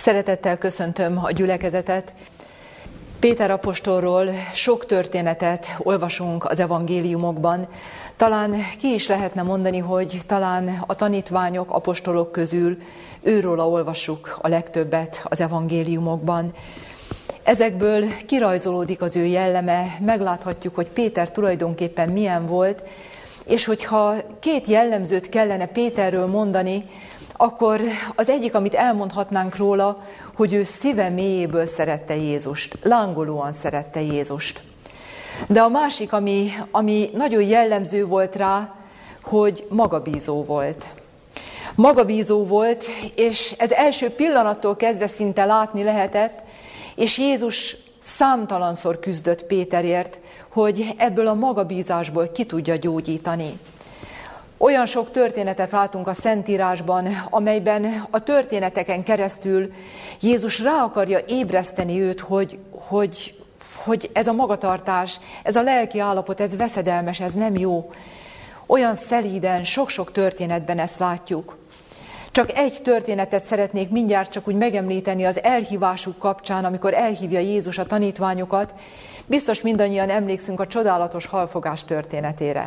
Szeretettel köszöntöm a gyülekezetet. Péter apostolról sok történetet olvasunk az evangéliumokban. Talán ki is lehetne mondani, hogy talán a tanítványok, apostolok közül őróla olvassuk a legtöbbet az evangéliumokban. Ezekből kirajzolódik az ő jelleme, megláthatjuk, hogy Péter tulajdonképpen milyen volt, és hogyha két jellemzőt kellene Péterről mondani, akkor az egyik, amit elmondhatnánk róla, hogy ő szíve mélyéből szerette Jézust, lángolóan szerette Jézust. De a másik, ami nagyon jellemző volt rá, hogy magabízó volt. Magabízó volt, és ez első pillanattól kezdve szinte látni lehetett, és Jézus számtalanszor küzdött Péterért, hogy ebből a magabízásból ki tudja gyógyítani. Olyan sok történetet látunk a Szentírásban, amelyben a történeteken keresztül Jézus rá akarja ébreszteni őt, hogy ez a magatartás, ez a lelki állapot, ez veszedelmes, ez nem jó. Olyan szelíden, sok-sok történetben ezt látjuk. Csak egy történetet szeretnék mindjárt csak úgy megemlíteni az elhívásuk kapcsán, amikor elhívja Jézus a tanítványokat. Biztos mindannyian emlékszünk a csodálatos halfogás történetére.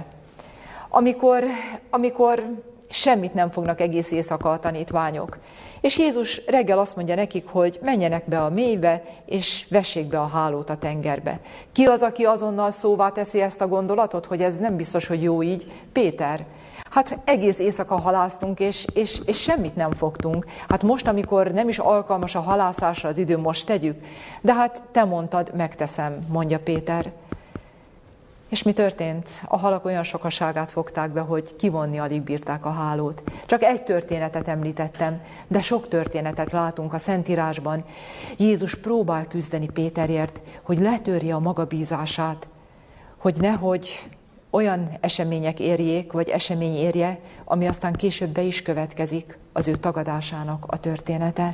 Amikor semmit nem fognak egész éjszaka a tanítványok. És Jézus reggel azt mondja nekik, hogy menjenek be a mélybe, és vessék be a hálót a tengerbe. Ki az, aki azonnal szóvá teszi ezt a gondolatot, hogy ez nem biztos, hogy jó így? Péter. Hát egész éjszaka halásztunk, és semmit nem fogtunk. Hát most, amikor nem is alkalmas a halászásra az idő, most tegyük. De hát te mondtad, megteszem, mondja Péter. És mi történt? A halak olyan sokaságát fogták be, hogy kivonni alig bírták a hálót. Csak egy történetet említettem, de sok történetet látunk a Szentírásban. Jézus próbál küzdeni Péterért, hogy letörje a magabízását, hogy nehogy olyan események érjék, vagy esemény érje, ami aztán később be is következik, az ő tagadásának a története.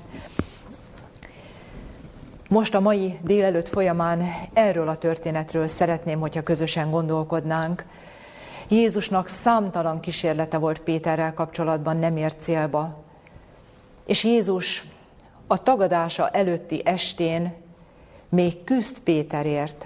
Most a mai délelőtt folyamán erről a történetről szeretném, hogyha közösen gondolkodnánk. Jézusnak számtalan kísérlete volt Péterrel kapcsolatban, nem ért célba. És Jézus a tagadása előtti estén még küzd Péterért.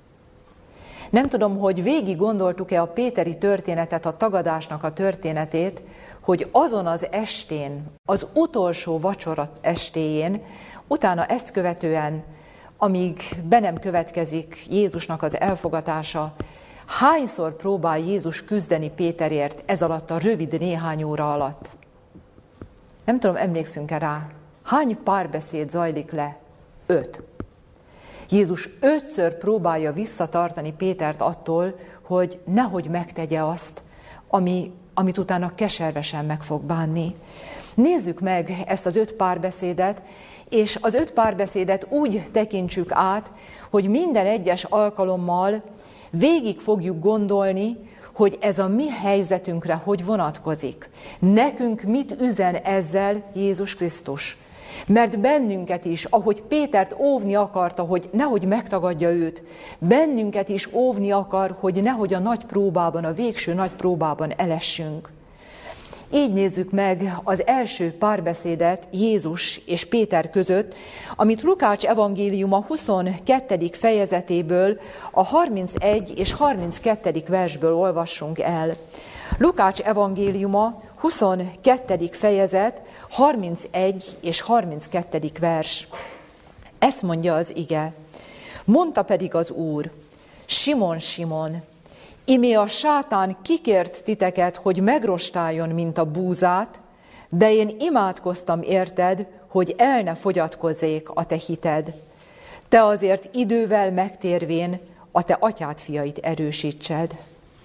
Nem tudom, hogy végig gondoltuk-e a péteri történetet, a tagadásnak a történetét, hogy azon az estén, az utolsó vacsora estéjén, utána ezt követően, amíg be nem következik Jézusnak az elfogatása, hányszor próbál Jézus küzdeni Péterért ez alatt a rövid néhány óra alatt? Nem tudom, emlékszünk-e rá? Hány párbeszéd zajlik le? 5. Jézus 5-ször próbálja visszatartani Pétert attól, hogy nehogy megtegye azt, amit utána keservesen meg fog bánni. Nézzük meg ezt az 5 párbeszédet, és az 5 párbeszédet úgy tekintsük át, hogy minden egyes alkalommal végig fogjuk gondolni, hogy ez a mi helyzetünkre hogy vonatkozik. Nekünk mit üzen ezzel Jézus Krisztus? Mert bennünket is, ahogy Pétert óvni akarta, hogy nehogy megtagadja őt, bennünket is óvni akar, hogy nehogy a nagy próbában, a végső nagy próbában elessünk. Így nézzük meg az első párbeszédet Jézus és Péter között, amit Lukács evangéliuma 22. fejezetéből, a 31 és 32. versből olvassunk el. Lukács evangéliuma 22. fejezet, 31 és 32. vers. Ezt mondja az ige. Mondta pedig az Úr: Simon, Simon, imé a sátán kikért titeket, hogy megrostáljon, mint a búzát, de én imádkoztam érted, hogy el ne fogyatkozzék a te hited. Te azért idővel megtérvén a te atyád fiait erősítsed.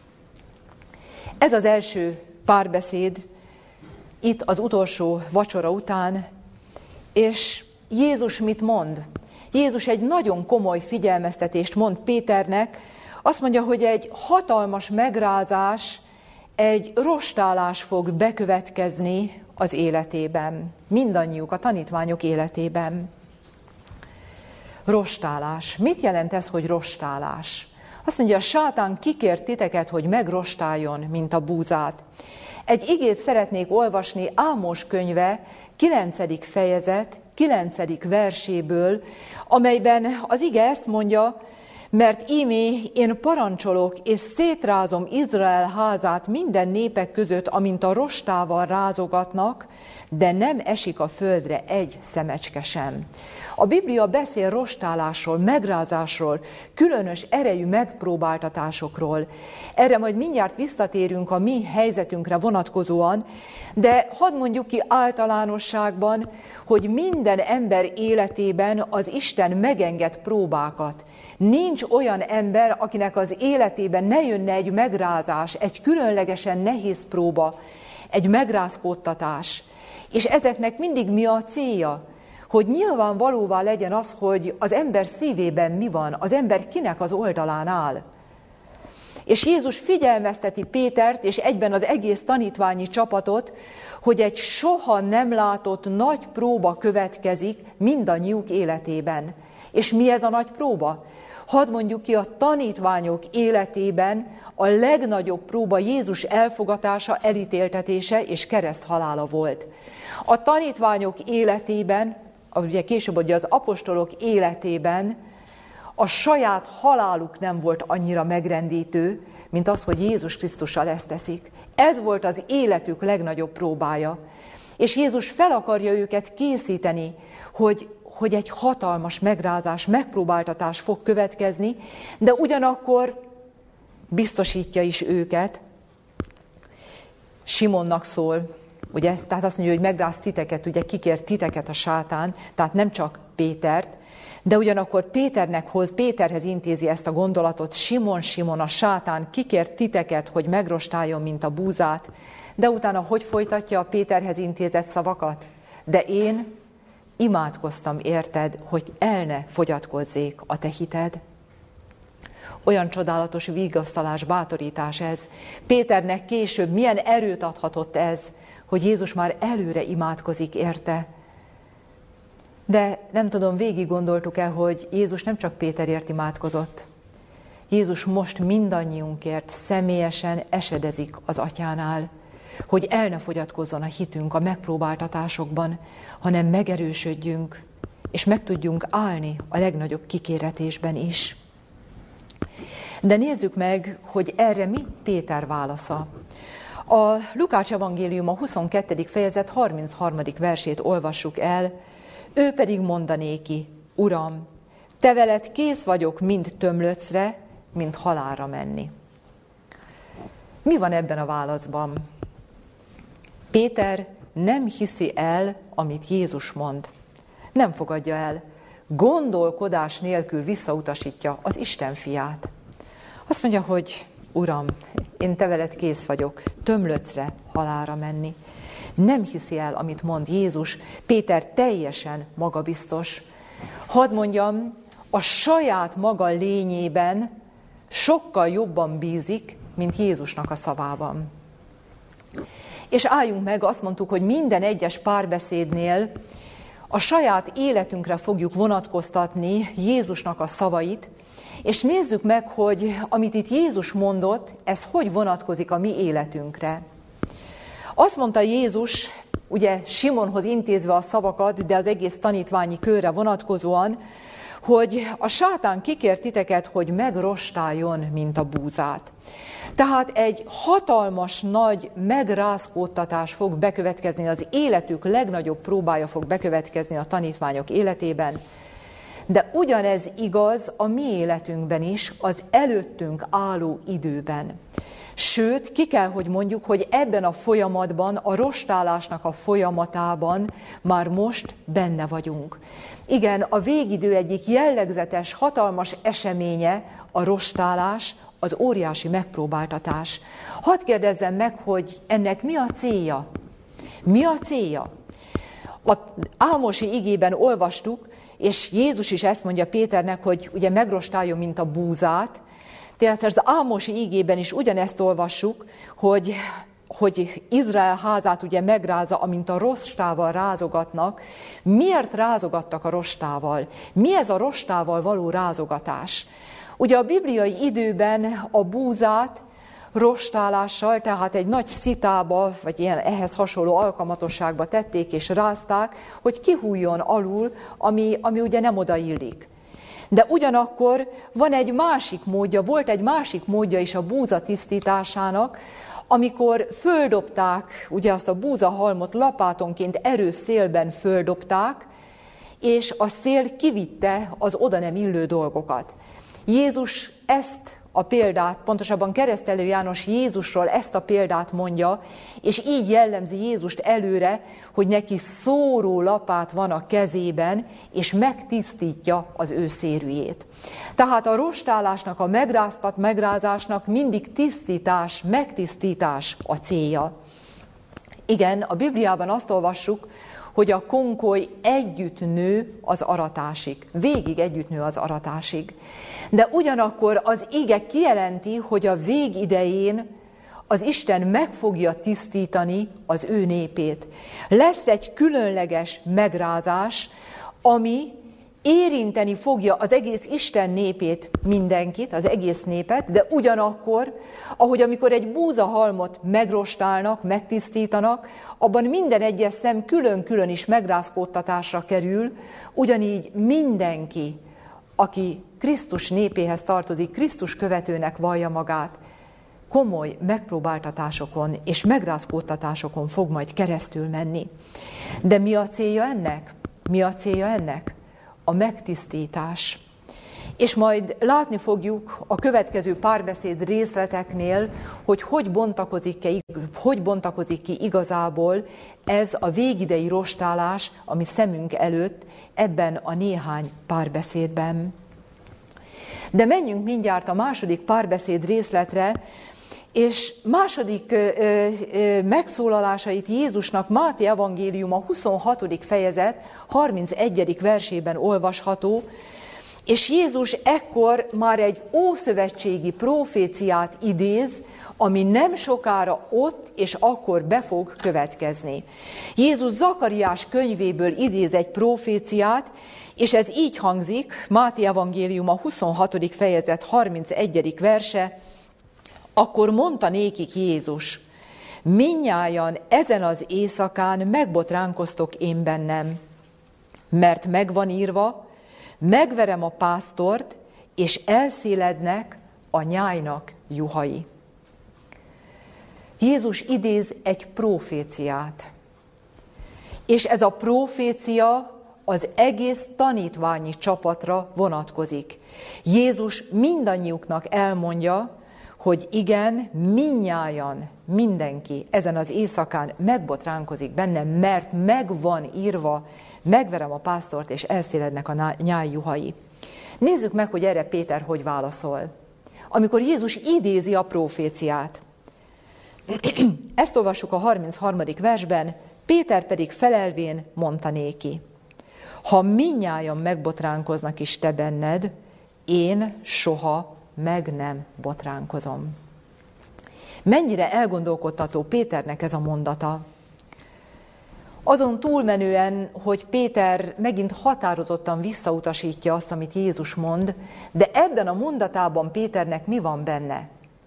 Ez az első párbeszéd itt az utolsó vacsora után, és Jézus mit mond? Jézus egy nagyon komoly figyelmeztetést mond Péternek, azt mondja, hogy egy hatalmas megrázás, egy rostálás fog bekövetkezni az életében, mindannyiuk, a tanítványok életében. Rostálás. Mit jelent ez, hogy rostálás? Azt mondja, a sátán kikért titeket, hogy megrostáljon, mint a búzát. Egy igét szeretnék olvasni, Ámos könyve, 9. fejezet, 9. verséből, amelyben az ige ezt mondja, mert ímé én parancsolok, és szétrázom Izrael házát minden népek között, amint a rostával rázogatnak, de nem esik a földre egy szemecske sem. A Biblia beszél rostálásról, megrázásról, különös erejű megpróbáltatásokról. Erre majd mindjárt visszatérünk a mi helyzetünkre vonatkozóan, de hadd mondjuk ki általánosságban, hogy minden ember életében az Isten megenged próbákat. Nincs olyan ember, akinek az életében ne jönne egy megrázás, egy különlegesen nehéz próba, egy megrázkódtatás. És ezeknek mindig mi a célja? Hogy nyilvánvalóvá legyen az, hogy az ember szívében mi van, az ember kinek az oldalán áll. És Jézus figyelmezteti Pétert, és egyben az egész tanítványi csapatot, hogy egy soha nem látott nagy próba következik mindannyiuk életében. És mi ez a nagy próba? Hadd mondjuk ki, a tanítványok életében a legnagyobb próba Jézus elfogatása, elítéltetése és kereszthalála volt. A tanítványok életében, ugye később ugye az apostolok életében a saját haláluk nem volt annyira megrendítő, mint az, hogy Jézus Krisztussal ezt teszik. Ez volt az életük legnagyobb próbája. És Jézus fel akarja őket készíteni, hogy egy hatalmas megrázás, megpróbáltatás fog következni, de ugyanakkor biztosítja is őket. Simonnak szól, ugye, tehát azt mondja, hogy megráz titeket, ugye kikért titeket a sátán, tehát nem csak Pétert, de ugyanakkor Péterhez intézi ezt a gondolatot, Simon, a sátán kikért titeket, hogy megrostáljon, mint a búzát, de utána hogy folytatja a Péterhez intézett szavakat? De én imádkoztam érted, hogy el ne fogyatkozzék a te hited. Olyan csodálatos vigasztalás, bátorítás ez. Péternek később milyen erőt adhatott ez, hogy Jézus már előre imádkozik érte. De nem tudom, végig gondoltuk-e, hogy Jézus nem csak Péterért imádkozott. Jézus most mindannyiunkért személyesen esedezik az Atyánál, hogy el ne fogyatkozzon a hitünk a megpróbáltatásokban, hanem megerősödjünk, és meg tudjunk állni a legnagyobb kikéretésben is. De nézzük meg, hogy erre mi Péter válasza. A Lukács evangélium a 22. fejezet 33. versét olvassuk el, ő pedig mondanéki, Uram, te veled kész vagyok mind tömlöcre, mind halálra menni. Mi van ebben a válaszban? Péter nem hiszi el, amit Jézus mond. Nem fogadja el. Gondolkodás nélkül visszautasítja az Isten fiát. Azt mondja, hogy Uram, én te veled kész vagyok, tömlöcre, halálra menni. Nem hiszi el, amit mond Jézus. Péter teljesen magabiztos. Hadd mondjam, a saját maga lényében sokkal jobban bízik, mint Jézusnak a szavában. És álljunk meg, azt mondtuk, hogy minden egyes párbeszédnél a saját életünkre fogjuk vonatkoztatni Jézusnak a szavait, és nézzük meg, hogy amit itt Jézus mondott, ez hogy vonatkozik a mi életünkre. Azt mondta Jézus, ugye Simonhoz intézve a szavakat, de az egész tanítványi körre vonatkozóan, hogy a sátán kikért titeket, hogy megrostáljon, mint a búzát. Tehát egy hatalmas nagy megrázkódtatás fog bekövetkezni, az életük legnagyobb próbája fog bekövetkezni a tanítványok életében, de ugyanez igaz a mi életünkben is, az előttünk álló időben. Sőt, ki kell, hogy mondjuk, hogy ebben a folyamatban, a rostálásnak a folyamatában már most benne vagyunk. Igen, a végidő egyik jellegzetes, hatalmas eseménye a rostálás, az óriási megpróbáltatás. Hadd kérdezzem meg, hogy ennek mi a célja? Mi a célja? Az Ámosi igében olvastuk, és Jézus is ezt mondja Péternek, hogy ugye megrostáljon, mint a búzát. Tehát az Ámosi igében is ugyanezt olvassuk, hogy Izrael házát ugye megrázza, amint a rostával rázogatnak. Miért rázogattak a rostával? Mi ez a rostával való rázogatás? Ugye a bibliai időben a búzát rostálással, tehát egy nagy szitába, vagy ilyen ehhez hasonló alkalmatosságba tették és rázták, hogy kihújjon alul, ami ugye nem odaillik. De ugyanakkor volt egy másik módja is a búza tisztításának, amikor földobták, ugye azt a búzahalmot lapátonként erős szélben földobták, és a szél kivitte az oda nem illő dolgokat. Jézus ezt a példát, pontosabban Keresztelő János Jézusról ezt a példát mondja, és így jellemzi Jézust előre, hogy neki szóró lapát van a kezében, és megtisztítja az ő szérűjét. Tehát a rostálásnak, a megrázásnak mindig tisztítás, megtisztítás a célja. Igen, a Bibliában azt olvassuk, hogy a konkoly együtt nő az aratásig. Végig együtt nő az aratásig. De ugyanakkor az ige kijelenti, hogy a vég idején az Isten meg fogja tisztítani az ő népét. Lesz egy különleges megrázás, ami érinteni fogja az egész Isten népét, mindenkit, az egész népet, de ugyanakkor, ahogy amikor egy búzahalmot megrostálnak, megtisztítanak, abban minden egyes szem külön-külön is megrázkódtatásra kerül, ugyanígy mindenki, aki Krisztus népéhez tartozik, Krisztus követőnek vallja magát, komoly megpróbáltatásokon és megrázkódtatásokon fog majd keresztül menni. De mi a célja ennek? Mi a célja ennek? A megtisztítás. És majd látni fogjuk a következő párbeszéd részleteknél, hogy hogy bontakozik ki igazából ez a végidei rostálás, ami szemünk előtt ebben a néhány párbeszédben. De menjünk mindjárt a második párbeszéd részletre, és második megszólalásait Jézusnak Máté evangéliuma 26. fejezet 31. versében olvasható, és Jézus ekkor már egy ószövetségi proféciát idéz, ami nem sokára ott és akkor be fog következni. Jézus Zakariás könyvéből idéz egy proféciát, és ez így hangzik, Máté evangéliuma 26. fejezet 31. verse, akkor mondta nékik Jézus, mindnyájan ezen az éjszakán megbotránkoztok én bennem, mert megvan írva, megverem a pásztort, és elszélednek a nyájnak juhai. Jézus idéz egy proféciát, és ez a profécia az egész tanítványi csapatra vonatkozik. Jézus mindannyiuknak elmondja, hogy igen, mindnyájan, mindenki ezen az éjszakán megbotránkozik bennem, mert meg van írva, megverem a pásztort, és elszélednek a nyáj juhai. Nézzük meg, hogy erre Péter hogy válaszol. Amikor Jézus idézi a proféciát. Ezt olvassuk a 33. versben, Péter pedig felelvén mondta néki, ha mindnyájan megbotránkoznak is te benned, én soha meg nem botránkozom. Mennyire elgondolkodtató Péternek ez a mondata. Azon túlmenően, hogy Péter megint határozottan visszautasítja azt, amit Jézus mond, de ebben a mondatában Péternek mi van benne?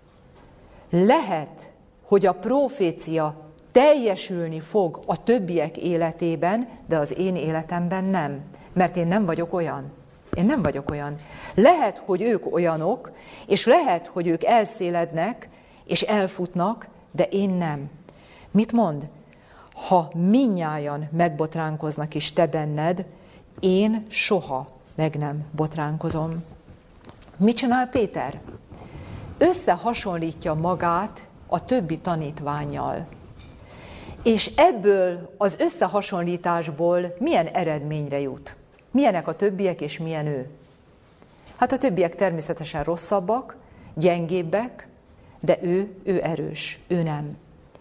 Lehet, hogy a profécia teljesülni fog a többiek életében, de az én életemben nem, mert én nem vagyok olyan. Én nem vagyok olyan. Lehet, hogy ők olyanok, és lehet, hogy ők elszélednek, és elfutnak, de én nem. Mit mond? Ha mindnyájan megbotránkoznak is te benned, én soha meg nem botránkozom. Mit csinál Péter? Összehasonlítja magát a többi tanítvánnyal. És ebből az összehasonlításból milyen eredményre jut? Milyenek a többiek, és milyen ő? Hát a többiek természetesen rosszabbak, gyengébbek, de ő erős, ő nem.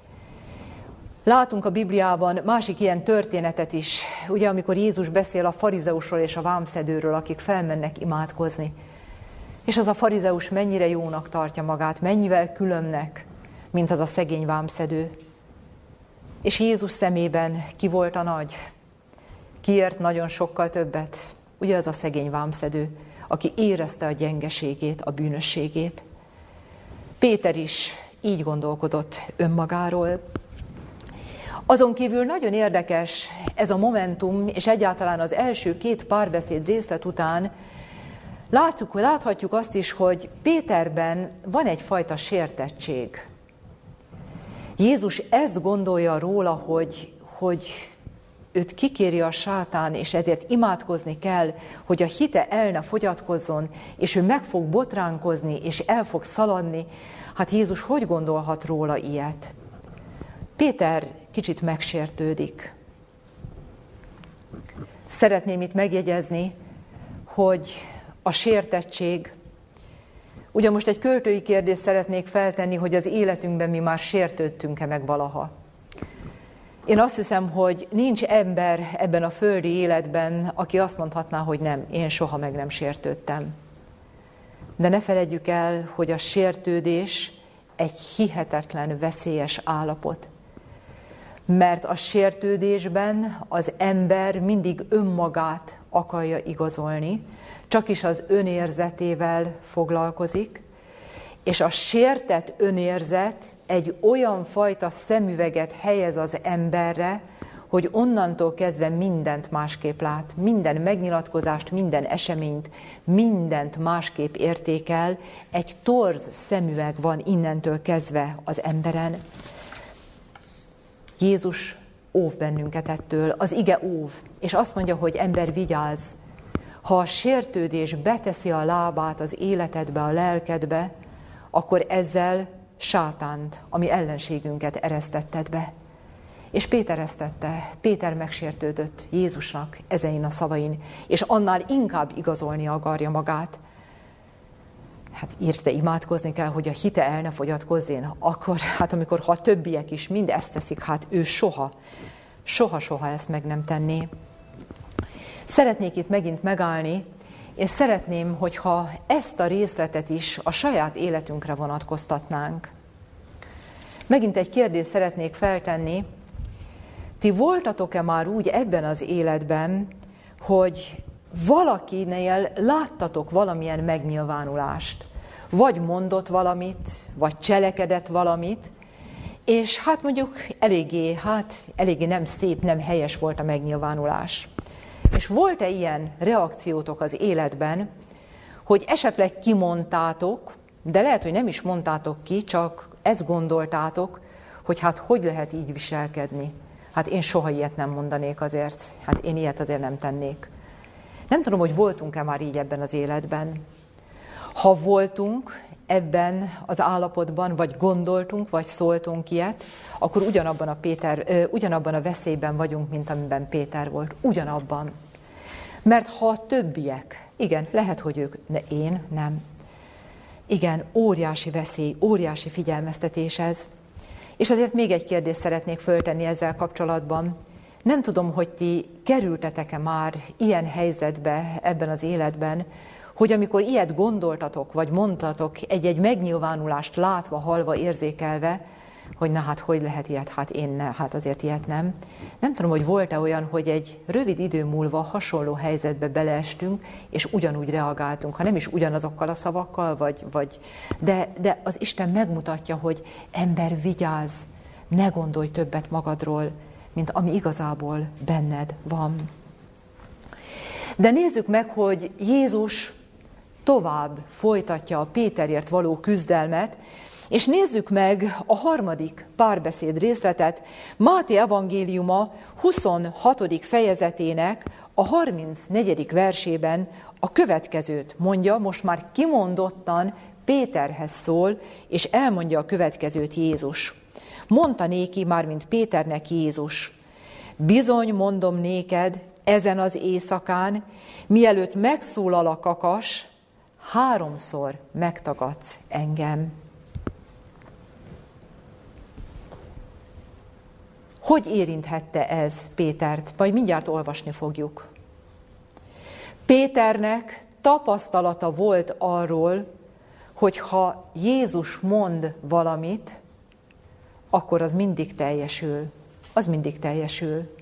Látunk a Bibliában másik ilyen történetet is, ugye amikor Jézus beszél a farizeusról és a vámszedőről, akik felmennek imádkozni. És az a farizeus mennyire jónak tartja magát, mennyivel különnek, mint az a szegény vámszedő. És Jézus szemében ki volt a nagy? Kiért nagyon sokkal többet? Ugye az a szegény vámszedő, aki érezte a gyengeségét, a bűnösségét. Péter is így gondolkodott önmagáról. Azon kívül nagyon érdekes ez a momentum, és egyáltalán az első 2 párbeszéd részlet után láthatjuk azt is, hogy Péterben van egyfajta sértettség. Jézus ezt gondolja róla, hogy őt kikéri a sátán, és ezért imádkozni kell, hogy a hite el ne fogyatkozzon, és ő meg fog botránkozni, és el fog szaladni. Hát Jézus hogy gondolhat róla ilyet? Péter kicsit megsértődik. Szeretném itt megjegyezni, hogy a sértettség, ugye most egy költői kérdést szeretnék feltenni, hogy az életünkben mi már sértődtünk-e meg valaha. Én azt hiszem, hogy nincs ember ebben a földi életben, aki azt mondhatná, hogy nem, én soha meg nem sértődtem. De ne feledjük el, hogy a sértődés egy hihetetlen veszélyes állapot. Mert a sértődésben az ember mindig önmagát akarja igazolni, csak is az önérzetével foglalkozik, és a sértett önérzet egy olyan fajta szemüveget helyez az emberre, hogy onnantól kezdve mindent másképp lát, minden megnyilatkozást, minden eseményt, mindent másképp értékel, egy torz szemüveg van innentől kezdve az emberen. Jézus óv bennünket ettől, az ige óv, és azt mondja, hogy ember, vigyázz, ha a sértődés beteszi a lábát az életedbe, a lelkedbe, akkor ezzel sátánt, ami ellenségünket eresztetted be. És Péter ezt tette, Péter megsértődött Jézusnak ezein a szavain, és annál inkább igazolni akarja magát. Hát írte, imádkozni kell, hogy a hite el ne fogyatkozzél, akkor, hát amikor ha a többiek is mind ezt teszik, hát ő soha ezt meg nem tenné. Szeretnék itt megint megállni, és szeretném, hogyha ezt a részletet is a saját életünkre vonatkoztatnánk. Megint egy kérdést szeretnék feltenni. Ti voltatok-e már úgy ebben az életben, hogy valakinél láttatok valamilyen megnyilvánulást? Vagy mondott valamit, vagy cselekedett valamit, és hát mondjuk eléggé nem szép, nem helyes volt a megnyilvánulás. És volt-e ilyen reakciótok az életben, hogy esetleg kimondtátok, de lehet, hogy nem is mondtátok ki, csak ezt gondoltátok, hogy hát hogy lehet így viselkedni? Hát én soha ilyet nem mondanék azért, hát én ilyet azért nem tennék. Nem tudom, hogy voltunk-e már így ebben az életben. Ha voltunk ebben az állapotban, vagy gondoltunk, vagy szóltunk ilyet, akkor ugyanabban a veszélyben vagyunk, mint amiben Péter volt. Ugyanabban. Mert ha a többiek, igen, lehet, hogy ők, de én nem. Igen, óriási veszély, óriási figyelmeztetés ez. És azért még egy kérdést szeretnék föltenni ezzel kapcsolatban. Nem tudom, hogy ti kerültetek-e már ilyen helyzetbe ebben az életben, hogy amikor ilyet gondoltatok, vagy mondtatok egy-egy megnyilvánulást látva, hallva, érzékelve, hogy na hát, hogy lehet ilyet, hát én ne, hát azért ilyet nem. Nem tudom, hogy volt-e olyan, hogy egy rövid idő múlva hasonló helyzetbe beleestünk, és ugyanúgy reagáltunk, ha nem is ugyanazokkal a szavakkal, de az Isten megmutatja, hogy ember, vigyázz, ne gondolj többet magadról, mint ami igazából benned van. De nézzük meg, hogy Jézus tovább folytatja a Péterért való küzdelmet, és nézzük meg a 3. párbeszéd részletet, Máté evangéliuma 26. fejezetének a 34. versében a következőt mondja, most már kimondottan Péterhez szól, és elmondja a következőt Jézus. Mondta néki, mármint Péternek Jézus, bizony mondom néked, ezen az éjszakán, mielőtt megszólal a kakas, 3-szor megtagadsz engem. Hogy érinthette ez Pétert? Majd mindjárt olvasni fogjuk. Péternek tapasztalata volt arról, hogy ha Jézus mond valamit, akkor az mindig teljesül. Az mindig teljesül.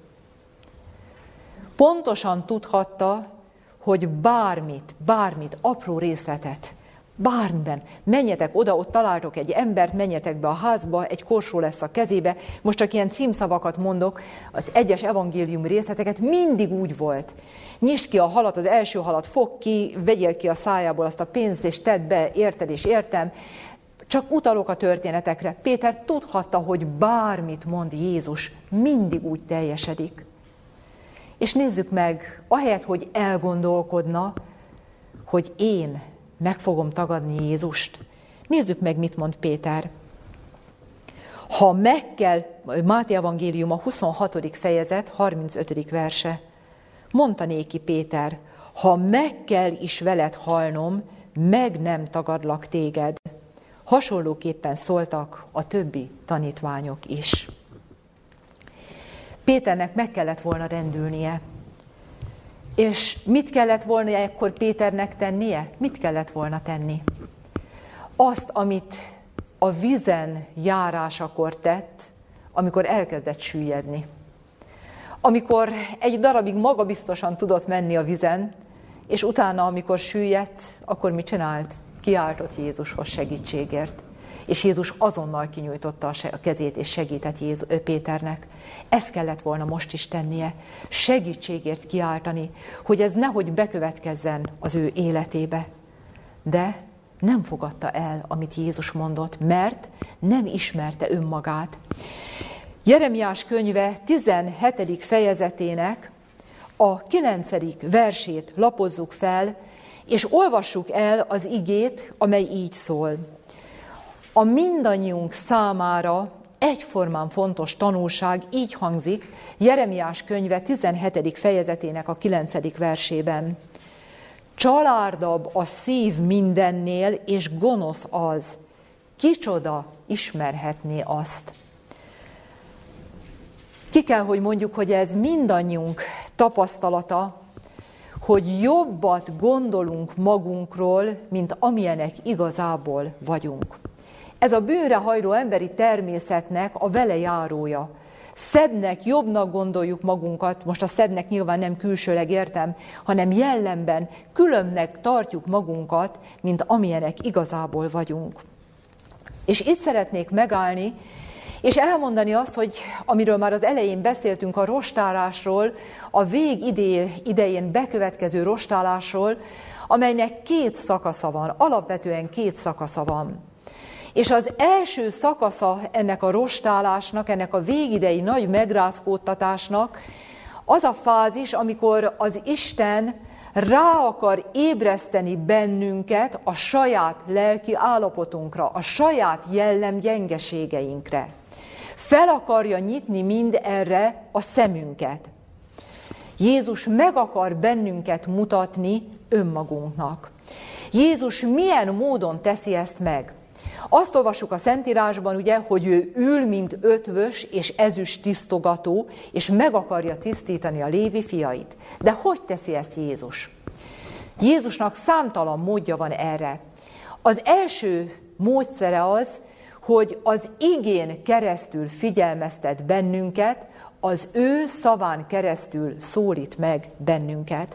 Pontosan tudhatta, hogy bármit, apró részletet Bármiben. Menjetek oda, ott találtok egy embert, menjetek be a házba, egy korsó lesz a kezébe. Most csak ilyen címszavakat mondok, az egyes evangélium részleteket, mindig úgy volt. Nyisd ki a halat, az első halat fogd ki, vegyél ki a szájából azt a pénzt, és tedd be, érted és értem. Csak utalok a történetekre. Péter tudhatta, hogy bármit mond Jézus, mindig úgy teljesedik. És nézzük meg, ahelyett, hogy elgondolkodna, hogy én meg fogom tagadni Jézust. Nézzük meg, mit mond Péter. Ha meg kell, Máté evangélium a 26. fejezet, 35. verse. Mondta néki Péter, ha meg kell is veled halnom, meg nem tagadlak téged. Hasonlóképpen szóltak a többi tanítványok is. Péternek meg kellett volna rendülnie. És mit kellett volna ekkor Péternek tennie? Mit kellett volna tenni? Azt, amit a vízen járásakor tett, amikor elkezdett süllyedni. Amikor egy darabig magabiztosan tudott menni a vízen, és utána, amikor süllyedt, akkor mit csinált? Kiáltott Jézushoz segítségért. És Jézus azonnal kinyújtotta a kezét, és segített Péternek. Ezt kellett volna most is tennie, segítségért kiáltani, hogy ez nehogy bekövetkezzen az ő életébe. De nem fogadta el, amit Jézus mondott, mert nem ismerte önmagát. Jeremiás könyve 17. fejezetének a 9. versét lapozzuk fel, és olvassuk el az igét, amely így szól. A mindannyiunk számára egyformán fontos tanulság így hangzik Jeremiás könyve 17. fejezetének a 9. versében. Csalárdabb a szív mindennél, és gonosz az. Kicsoda ismerhetné azt? Ki kell, hogy mondjuk, hogy ez mindannyiunk tapasztalata, hogy jobbat gondolunk magunkról, mint amilyenek igazából vagyunk. Ez a bűnre hajló emberi természetnek a velejárója. Szebbnek, jobbnak gondoljuk magunkat, most a szebbnek nyilván nem külsőleg értem, hanem jellemben különbnek tartjuk magunkat, mint amilyenek igazából vagyunk. És itt szeretnék megállni, és elmondani azt, hogy amiről már az elején beszéltünk, a rostálásról, a vég idején bekövetkező rostálásról, amelynek 2 szakasza van, alapvetően 2 szakasza van. És az első szakasza ennek a rostálásnak, ennek a végidei nagy megrázkódtatásnak az a fázis, amikor az Isten rá akar ébreszteni bennünket a saját lelki állapotunkra, a saját jellem gyengeségeinkre. Fel akarja nyitni mind erre a szemünket. Jézus meg akar bennünket mutatni önmagunknak. Jézus milyen módon teszi ezt meg? Azt olvassuk a Szentírásban, ugye, hogy ő ül, mint ötvös és ezüst tisztogató, és meg akarja tisztítani a Lévi fiait. De hogy teszi ezt Jézus? Jézusnak számtalan módja van erre. Az első módszere az, hogy az igén keresztül figyelmeztet bennünket, az ő szaván keresztül szólít meg bennünket.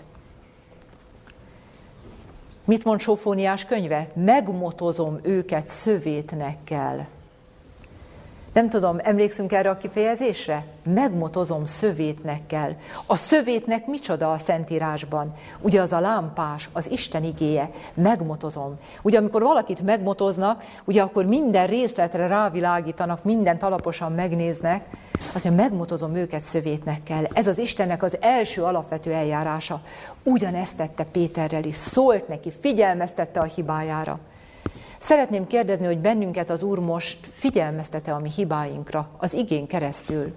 Mit mond Sófóniás könyve? Megmotozom őket szövétnekkel. Nem tudom, emlékszünk erre a kifejezésre? Megmotozom szövétnekkel. A szövétnek micsoda a Szentírásban? Ugye az a lámpás, az Isten igéje. Megmotozom. Ugye amikor valakit megmotoznak, ugye akkor minden részletre rávilágítanak, mindent alaposan megnéznek, azt mondja, megmotozom őket szövétnekkel. Ez az Istennek az első alapvető eljárása. Ugyanezt tette Péterrel is, szólt neki, figyelmeztette a hibájára. Szeretném kérdezni, hogy bennünket az Úr most figyelmeztet-e a mi hibáinkra, az igén keresztül.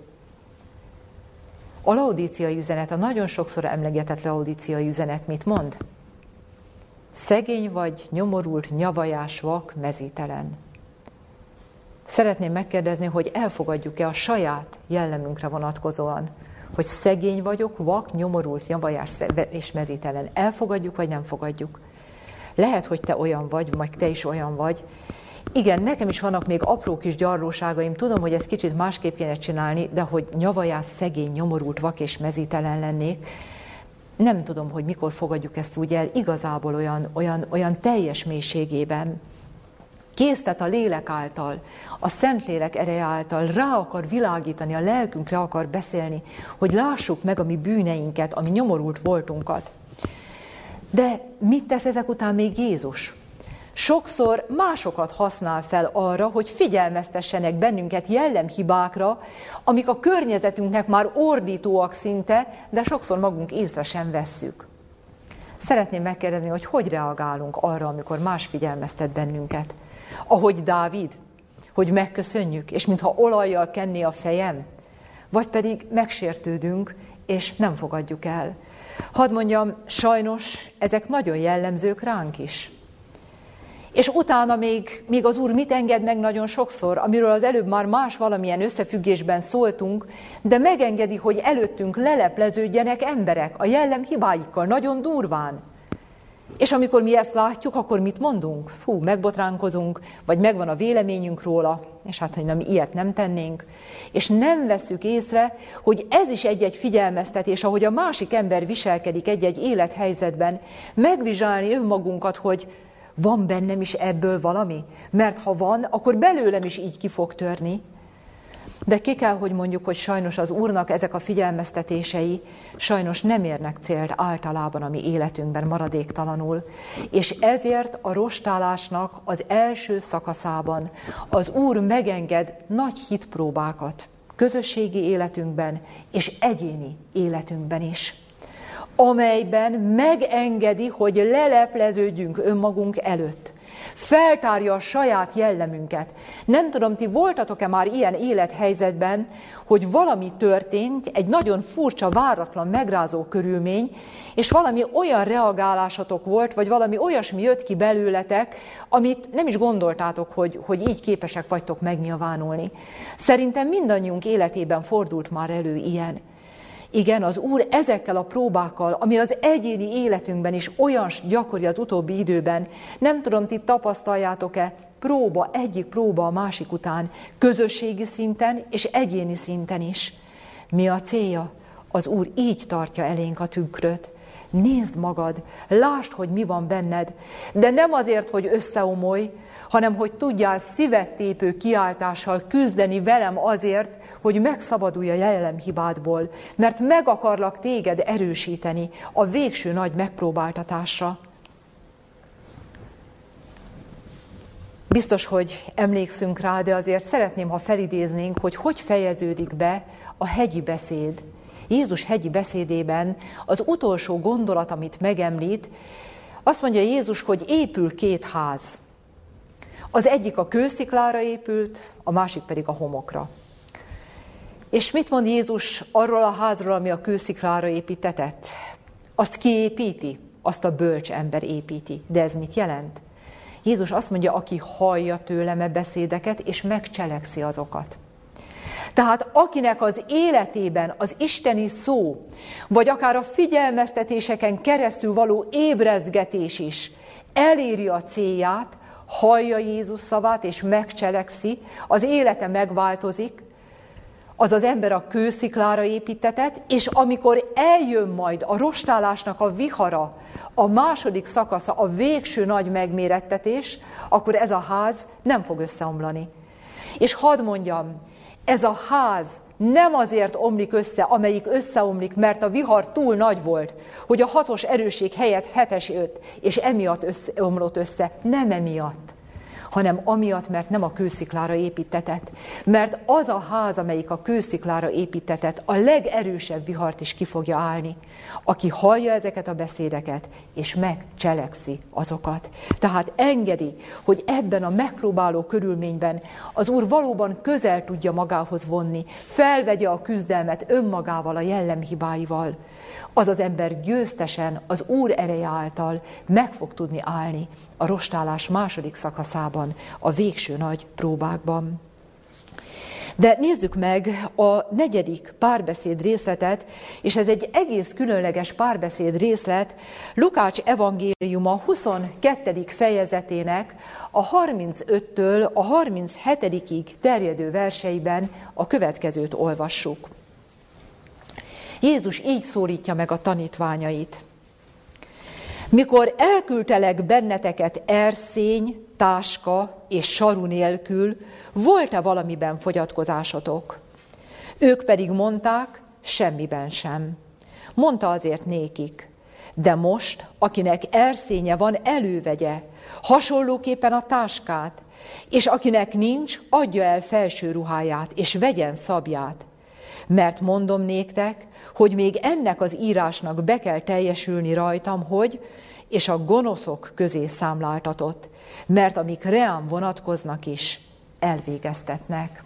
A laodíciai üzenet, a nagyon sokszor emlegetett laodíciai üzenet mit mond? Szegény vagy, nyomorult, nyavajás, vak, mezítelen. Szeretném megkérdezni, hogy elfogadjuk-e a saját jellemünkre vonatkozóan, hogy szegény vagyok, vak, nyomorult, nyavajás és mezítelen. Elfogadjuk, vagy nem fogadjuk? Lehet, hogy te olyan vagy, vagy te is olyan vagy. Igen, nekem is vannak még apró kis gyarlóságaim, tudom, hogy ezt kicsit másképp kéne csinálni, de hogy nyavajás, szegény, nyomorult, vak és mezítelen lennék, Nem tudom, hogy mikor fogadjuk ezt úgy el, igazából olyan teljes mélységében. Késztet a lélek által, a Szentlélek ereje által rá akar világítani, a lelkünkre akar beszélni, hogy lássuk meg a mi bűneinket, a mi nyomorult voltunkat. De mit tesz ezek után még Jézus? Sokszor másokat használ fel arra, hogy figyelmeztessenek bennünket jellemhibákra, amik a környezetünknek már ordítóak szinte, de sokszor magunk észre sem vesszük. Szeretném megkérdezni, hogy reagálunk arra, amikor más figyelmeztet bennünket. Ahogy Dávid, hogy megköszönjük, és mintha olajjal kenné a fejem, vagy pedig megsértődünk, és nem fogadjuk el. Hadd mondjam, sajnos ezek nagyon jellemzők ránk is. És utána még az Úr mit enged meg nagyon sokszor, amiről az előbb már más valamilyen összefüggésben szóltunk, de megengedi, hogy előttünk lelepleződjenek emberek a jellemhibáikkal, nagyon durván. És amikor mi ezt látjuk, akkor mit mondunk? Megbotránkozunk, vagy megvan a véleményünk róla, és hát, hogy nem, ilyet nem tennénk. És nem vesszük észre, hogy ez is egy-egy figyelmeztetés, ahogy a másik ember viselkedik egy-egy élethelyzetben, megvizsgálni önmagunkat, hogy van bennem is ebből valami? Mert ha van, akkor belőlem is így ki fog törni. De ki kell, hogy mondjuk, hogy sajnos az Úrnak ezek a figyelmeztetései sajnos nem érnek célt általában a mi életünkben maradéktalanul. És ezért a rostálásnak az első szakaszában az Úr megenged nagy hitpróbákat közösségi életünkben és egyéni életünkben is, amelyben megengedi, hogy lelepleződjünk önmagunk előtt. Feltárja a saját jellemünket. Nem tudom, ti voltatok-e már ilyen élethelyzetben, hogy valami történt, egy nagyon furcsa, váratlan, megrázó körülmény, és valami olyan reagálásatok volt, vagy valami olyasmi jött ki belőletek, amit nem is gondoltátok, hogy így képesek vagytok megnyilvánulni. Szerintem mindannyiunk életében fordult már elő ilyen. Igen, az Úr ezekkel a próbákkal, ami az egyéni életünkben is olyan gyakori az utóbbi időben, nem tudom, ti tapasztaljátok-e, egyik próba a másik után, közösségi szinten és egyéni szinten is. Mi a célja? Az Úr így tartja elénk a tükröt. Nézd magad, lásd, hogy mi van benned, de nem azért, hogy összeomolj, hanem hogy tudjál szívettépő kiáltással küzdeni velem azért, hogy megszabadulj a jellemhibádból, mert meg akarlak téged erősíteni a végső nagy megpróbáltatásra. Biztos, hogy emlékszünk rá, de azért szeretném, ha felidéznénk, hogy fejeződik be a hegyi beszéd. Jézus hegyi beszédében az utolsó gondolat, amit megemlít, azt mondja Jézus, hogy épül két ház. Az egyik a kősziklára épült, a másik pedig a homokra. És mit mond Jézus arról a házról, ami a kősziklára építetett? Azt ki építi? Azt a bölcs ember építi. De ez mit jelent? Jézus azt mondja, aki hallja tőlem a beszédeket, és megcselekszi azokat. Tehát akinek az életében az isteni szó, vagy akár a figyelmeztetéseken keresztül való ébrezgetés is eléri a célját, hallja Jézus szavát és megcselekszi, az élete megváltozik, az az ember a kősziklára építetett, és amikor eljön majd a rostálásnak a vihara, a második szakasza, a végső nagy megmérettetés, akkor ez a ház nem fog összeomlani. És hadd mondjam, ez a ház nem azért omlik össze, amelyik összeomlik, mert a vihar túl nagy volt, hogy a 6-os erősség helyett 7-es jött, és emiatt omlott össze. Nem emiatt, hanem amiatt, mert nem a kősziklára építetett. Mert az a ház, amelyik a kősziklára építetett, a legerősebb vihart is ki fogja állni. Aki hallja ezeket a beszédeket, és megcselekszi azokat. Tehát engedi, hogy ebben a megpróbáló körülményben az Úr valóban közel tudja magához vonni, felvegye a küzdelmet önmagával, a jellemhibáival. Az az ember győztesen az Úr ereje által meg fog tudni állni a rostálás második szakaszában, a végső nagy próbákban. De nézzük meg a 4. párbeszéd részletet, és ez egy egész különleges párbeszéd részlet, Lukács evangéliuma 22. fejezetének a 35-től a 37-ig terjedő verseiben a következőt olvassuk. Jézus így szólítja meg a tanítványait. Mikor elküldtelek benneteket erszény, táska és saru nélkül, volt-e valamiben fogyatkozásotok? Ők pedig mondták, semmiben sem. Mondta azért nékik, de most, akinek erszénye van, elővegye, hasonlóképpen a táskát, és akinek nincs, adja el felső ruháját, és vegyen szabját. Mert mondom néktek, hogy még ennek az írásnak be kell teljesülni rajtam, hogy, és a gonoszok közé számláltatott, mert amik reám vonatkoznak is, elvégeztetnek.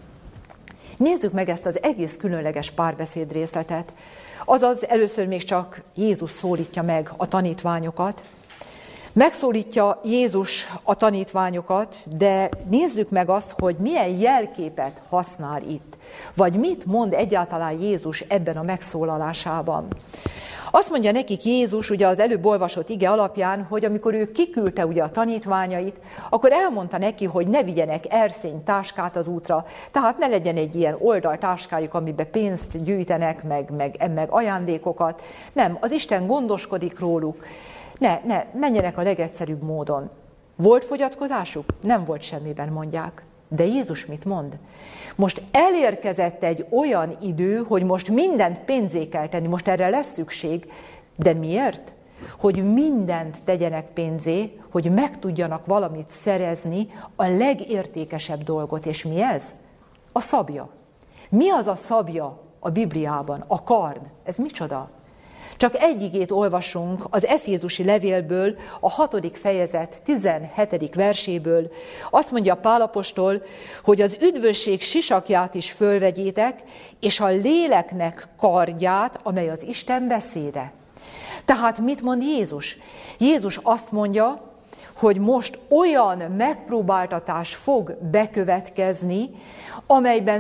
Nézzük meg ezt az egész különleges párbeszéd részletet. Azaz először még csak Jézus szólítja meg a tanítványokat. Megszólítja Jézus a tanítványokat, de nézzük meg azt, hogy milyen jelképet használ itt. Vagy mit mond egyáltalán Jézus ebben a megszólalásában. Azt mondja nekik Jézus, ugye az előbb olvasott ige alapján, hogy amikor ő kiküldte ugye a tanítványait, akkor elmondta neki, hogy ne vigyenek erszény táskát az útra, tehát ne legyen egy ilyen oldaltáskájuk, amiben pénzt gyűjtenek, meg ajándékokat. Nem, az Isten gondoskodik róluk. Ne, menjenek a legegyszerűbb módon. Volt fogyatkozásuk? Nem volt semmiben, mondják. De Jézus mit mond? Most elérkezett egy olyan idő, hogy most mindent pénzé kell tenni, most erre lesz szükség. De miért? Hogy mindent tegyenek pénzé, hogy meg tudjanak valamit szerezni, a legértékesebb dolgot. És mi ez? A szabja. Mi az a szabja a Bibliában? A kard. Ez micsoda? Csak egy igét olvasunk az Efézusi levélből, a 6. fejezet 17. verséből. Azt mondja Pál apostol, hogy az üdvösség sisakját is fölvegyétek, és a léleknek kardját, amely az Isten beszéde. Tehát mit mond Jézus? Jézus azt mondja, hogy most olyan megpróbáltatás fog bekövetkezni, amelyben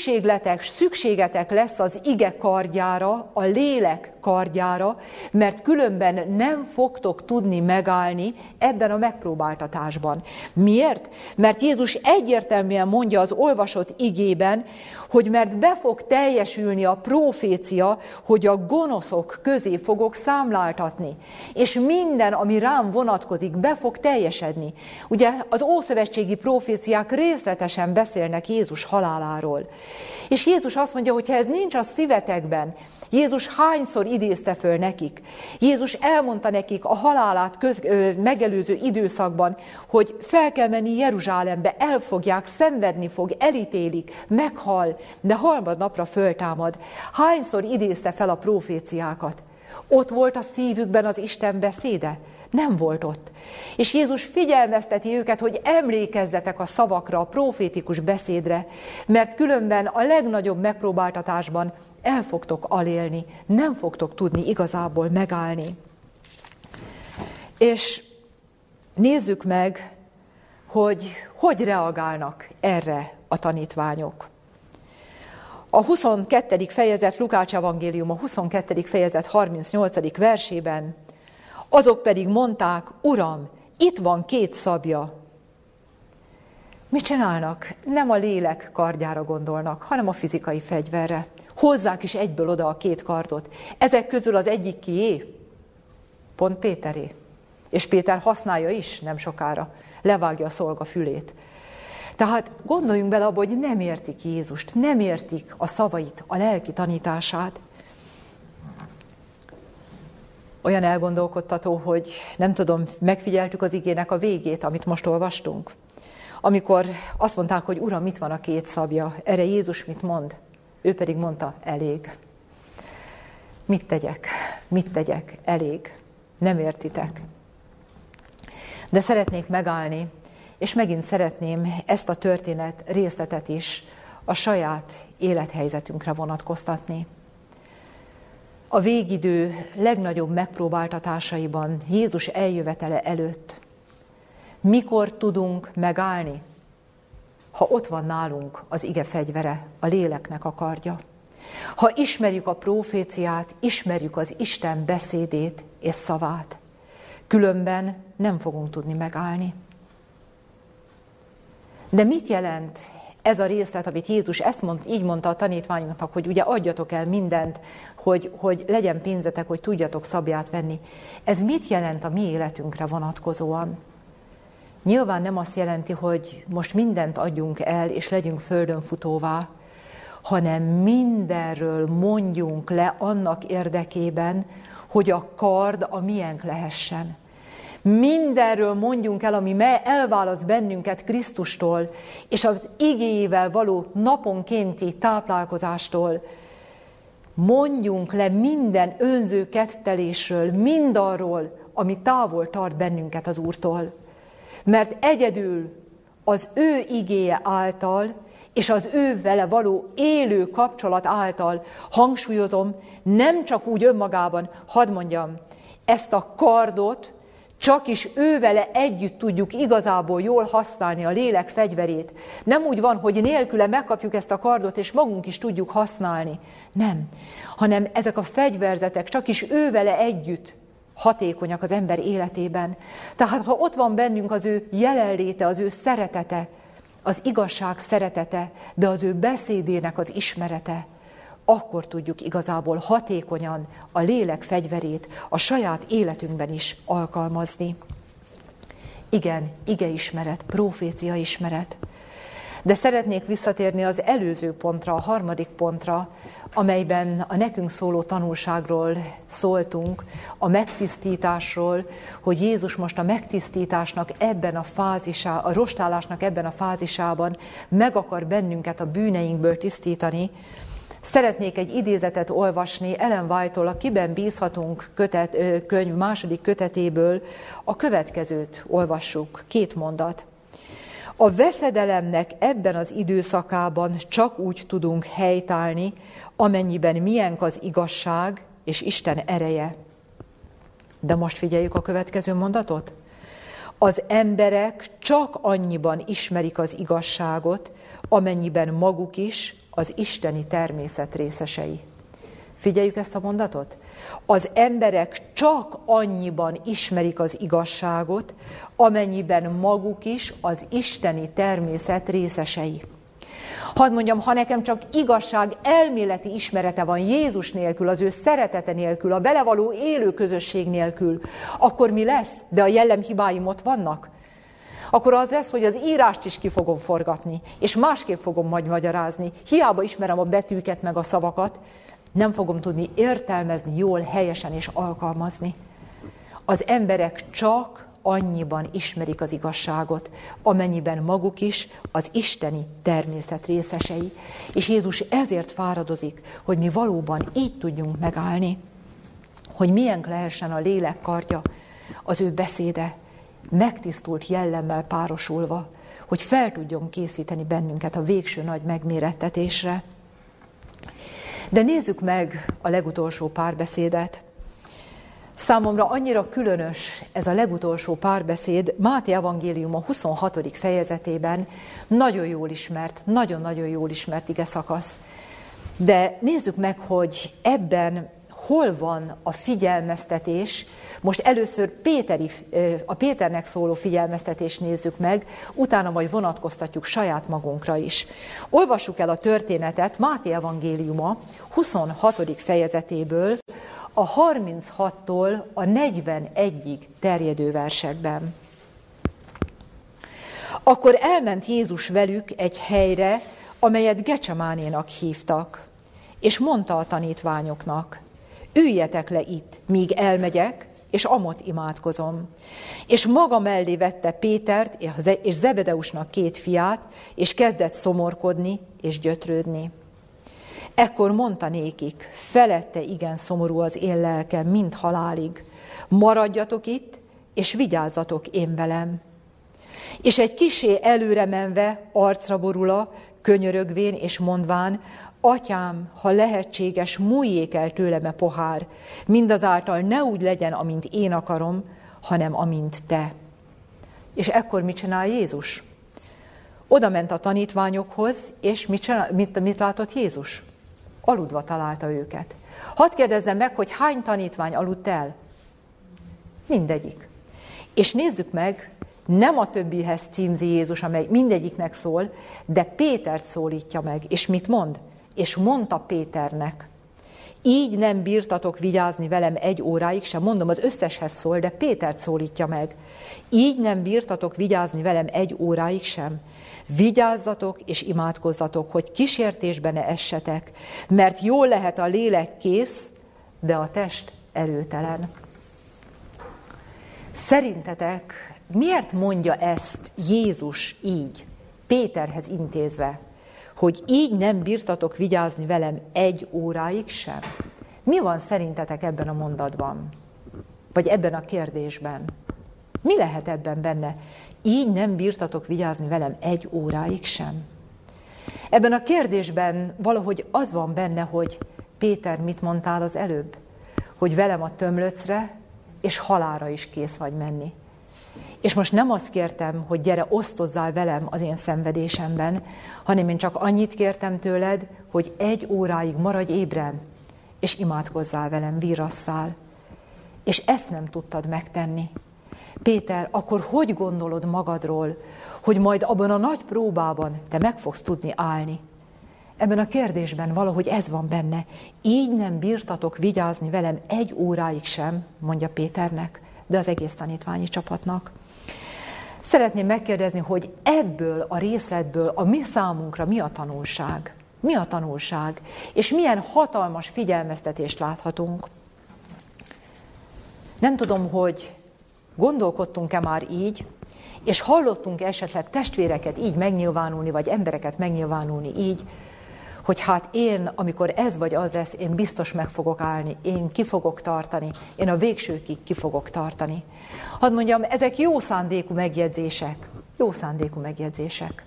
szükségetek lesz az ige kardjára, a lélek kardjára, mert különben nem fogtok tudni megállni ebben a megpróbáltatásban. Miért? Mert Jézus egyértelműen mondja az olvasott igében, hogy mert be fog teljesülni a profécia, hogy a gonoszok közé fogok számláltatni, és minden, ami rám vonatkozik, be fog teljesedni. Ugye az ószövetségi proféciák részletesen beszélnek Jézus haláláról. És Jézus azt mondja, hogy ha ez nincs a szívetekben, Jézus hányszor idézte föl nekik? Jézus elmondta nekik a halálát megelőző időszakban, hogy fel kell menni Jeruzsálembe, elfogják, szenvedni fog, elítélik, meghal, de harmadnapra föltámad. Hányszor idézte fel a proféciákat? Ott volt a szívükben az Isten beszéde? Nem volt ott. És Jézus figyelmezteti őket, hogy emlékezzetek a szavakra, a profétikus beszédre, mert különben a legnagyobb megpróbáltatásban el fogtok alélni, nem fogtok tudni igazából megállni. És nézzük meg, hogy reagálnak erre a tanítványok. A 22. fejezet, Lukács evangélium, a 22. fejezet 38. versében, azok pedig mondták, Uram, itt van 2 szabja. Mit csinálnak? Nem a lélek kardjára gondolnak, hanem a fizikai fegyverre. Hozzák is egyből oda a 2 kardot. Ezek közül az egyik kié? Pont Péteré. És Péter használja is nem sokára. Levágja a szolga fülét. Tehát gondoljunk bele abba, hogy nem értik Jézust, nem értik a szavait, a lelki tanítását. Olyan elgondolkodtató, hogy nem tudom, megfigyeltük az igének a végét, amit most olvastunk. Amikor azt mondták, hogy Uram, mit van a 2 szabja, erre Jézus mit mond? Ő pedig mondta, elég. Mit tegyek? Mit tegyek? Elég. Nem értitek. De szeretnék megállni, és megint szeretném ezt a történet részletet is a saját élethelyzetünkre vonatkoztatni. A végidő legnagyobb megpróbáltatásaiban Jézus eljövetele előtt mikor tudunk megállni? Ha ott van nálunk az ige fegyvere, a léleknek a kardja. Ha ismerjük a proféciát, ismerjük az Isten beszédét és szavát. Különben nem fogunk tudni megállni. De mit jelent ez a részlet, amit Jézus így mondta a tanítványoknak, hogy ugye adjatok el mindent, hogy legyen pénzetek, hogy tudjatok szabját venni. Ez mit jelent a mi életünkre vonatkozóan? Nyilván nem azt jelenti, hogy most mindent adjunk el, és legyünk földönfutóvá, hanem mindenről mondjunk le annak érdekében, hogy a kard a miénk lehessen. Mindenről mondjunk el, ami elválaszt bennünket Krisztustól, és az igéjével való naponkénti táplálkozástól. Mondjunk le minden önző kedvtelésről, mindarról, ami távol tart bennünket az Úrtól. Mert egyedül az ő igéje által, és az ő vele való élő kapcsolat által, hangsúlyozom, nem csak úgy önmagában, hadd mondjam, ezt a kardot csak is ővele együtt tudjuk igazából jól használni, a lélek fegyverét. Nem úgy van, hogy nélküle megkapjuk ezt a kardot, és magunk is tudjuk használni. Nem, hanem ezek a fegyverzetek csak is ővele együtt hatékonyak az ember életében. Tehát ha ott van bennünk az ő jelenléte, az ő szeretete, az igazság szeretete, de az ő beszédének az ismerete, akkor tudjuk igazából hatékonyan a lélek fegyverét a saját életünkben is alkalmazni. Igen, igeismeret, profécia ismeret. De szeretnék visszatérni az előző pontra, a harmadik pontra, amelyben a nekünk szóló tanulságról szóltunk, a megtisztításról, hogy Jézus most a megtisztításnak ebben a fázisában, a rostálásnak ebben a fázisában meg akar bennünket a bűneinkből tisztítani. Szeretnék egy idézetet olvasni Ellen White-tól, a Kiben bízhatunk könyv második kötetéből. A következőt olvassuk, 2 mondat. A veszedelemnek ebben az időszakában csak úgy tudunk helytállni, amennyiben miénk az igazság és Isten ereje. De most figyeljük a következő mondatot. Az emberek csak annyiban ismerik az igazságot, amennyiben maguk is az isteni természet részesei. Figyeljük ezt a mondatot. Az emberek csak annyiban ismerik az igazságot, amennyiben maguk is az isteni természet részesei. Hadd mondjam, ha nekem csak igazság elméleti ismerete van Jézus nélkül, az ő szeretete nélkül, a vele való élő közösség nélkül, akkor mi lesz? De a jellemhibáim ott vannak. Akkor az lesz, hogy az írást is ki fogom forgatni, és másképp fogom majd magyarázni. Hiába ismerem a betűket meg a szavakat, nem fogom tudni értelmezni jól, helyesen és alkalmazni. Az emberek csak annyiban ismerik az igazságot, amennyiben maguk is az isteni természet részesei. És Jézus ezért fáradozik, hogy mi valóban így tudjunk megállni, hogy miénk lehessen a lélek kardja, az ő beszéde, megtisztult jellemmel párosulva, hogy fel tudjon készíteni bennünket a végső nagy megmérettetésre. De nézzük meg a legutolsó párbeszédet. Számomra annyira különös ez a legutolsó párbeszéd, Máté evangélium a 26. fejezetében nagyon jól ismert, nagyon-nagyon jól ismert ige szakasz. De nézzük meg, hogy ebben hol van a figyelmeztetés. Most először a Péternek szóló figyelmeztetést nézzük meg, utána majd vonatkoztatjuk saját magunkra is. Olvassuk el a történetet Máté evangéliuma 26. fejezetéből, a 36-tól a 41-ig terjedő versekben. Akkor elment Jézus velük egy helyre, amelyet Gecsemánénak hívtak, és mondta a tanítványoknak: üljetek le itt, míg elmegyek, és amott imádkozom. És maga mellé vette Pétert és Zebedeusnak 2 fiát, és kezdett szomorkodni és gyötrődni. Ekkor mondta nékik: felette igen szomorú az én lelkem, mint halálig. Maradjatok itt, és vigyázzatok én velem. És egy kissé előre menve, arcra borula, könyörögvén és mondván: Atyám, ha lehetséges, múljék el tőlem a pohár, mindazáltal ne úgy legyen, amint én akarom, hanem amint te. És ekkor mit csinál Jézus? Oda ment a tanítványokhoz, és mit látott Jézus? Aludva találta őket. Hadd kérdezzem meg, hogy hány tanítvány aludt el? Mindegyik. És nézzük meg, Nem a többihez címzi Jézus, amely mindegyiknek szól, de Pétert szólítja meg. És mit mond? És mondta Péternek: így nem bírtatok vigyázni velem 1 óráig sem. Mondom, az összeshez szól, de Pétert szólítja meg. Így nem bírtatok vigyázni velem 1 óráig sem. Vigyázzatok és imádkozzatok, hogy kísértésbe ne essetek, mert jól lehet a lélek kész, de a test erőtelen. Szerintetek miért mondja ezt Jézus így, Péterhez intézve, hogy így nem bírtatok vigyázni velem 1 óráig sem? Mi van szerintetek ebben a mondatban? Vagy ebben a kérdésben? Mi lehet ebben benne? Így nem bírtatok vigyázni velem 1 óráig sem? Ebben a kérdésben valahogy az van benne, hogy Péter, mit mondtál az előbb? Hogy velem a tömlöcre és halálra is kész vagy menni. És most nem azt kértem, hogy gyere, osztozzál velem az én szenvedésemben, hanem én csak annyit kértem tőled, hogy 1 óráig maradj ébren, és imádkozzál velem, vírasszál. És ezt nem tudtad megtenni. Péter, akkor hogy gondolod magadról, hogy majd abban a nagy próbában te meg fogsz tudni állni? Ebben a kérdésben valahogy ez van benne. Így nem bírtatok vigyázni velem 1 óráig sem, mondja Péternek, de az egész tanítványi csapatnak. Szeretném megkérdezni, hogy ebből a részletből a mi számunkra mi a tanulság? Mi a tanulság? És milyen hatalmas figyelmeztetést láthatunk? Nem tudom, hogy gondolkodtunk-e már így, és hallottunk esetleg testvéreket így megnyilvánulni, vagy embereket megnyilvánulni így, hogy hát én, amikor ez vagy az lesz, én biztos meg fogok állni, én ki fogok tartani, én a végsőkig ki fogok tartani. Hadd mondjam, ezek jó szándékú megjegyzések.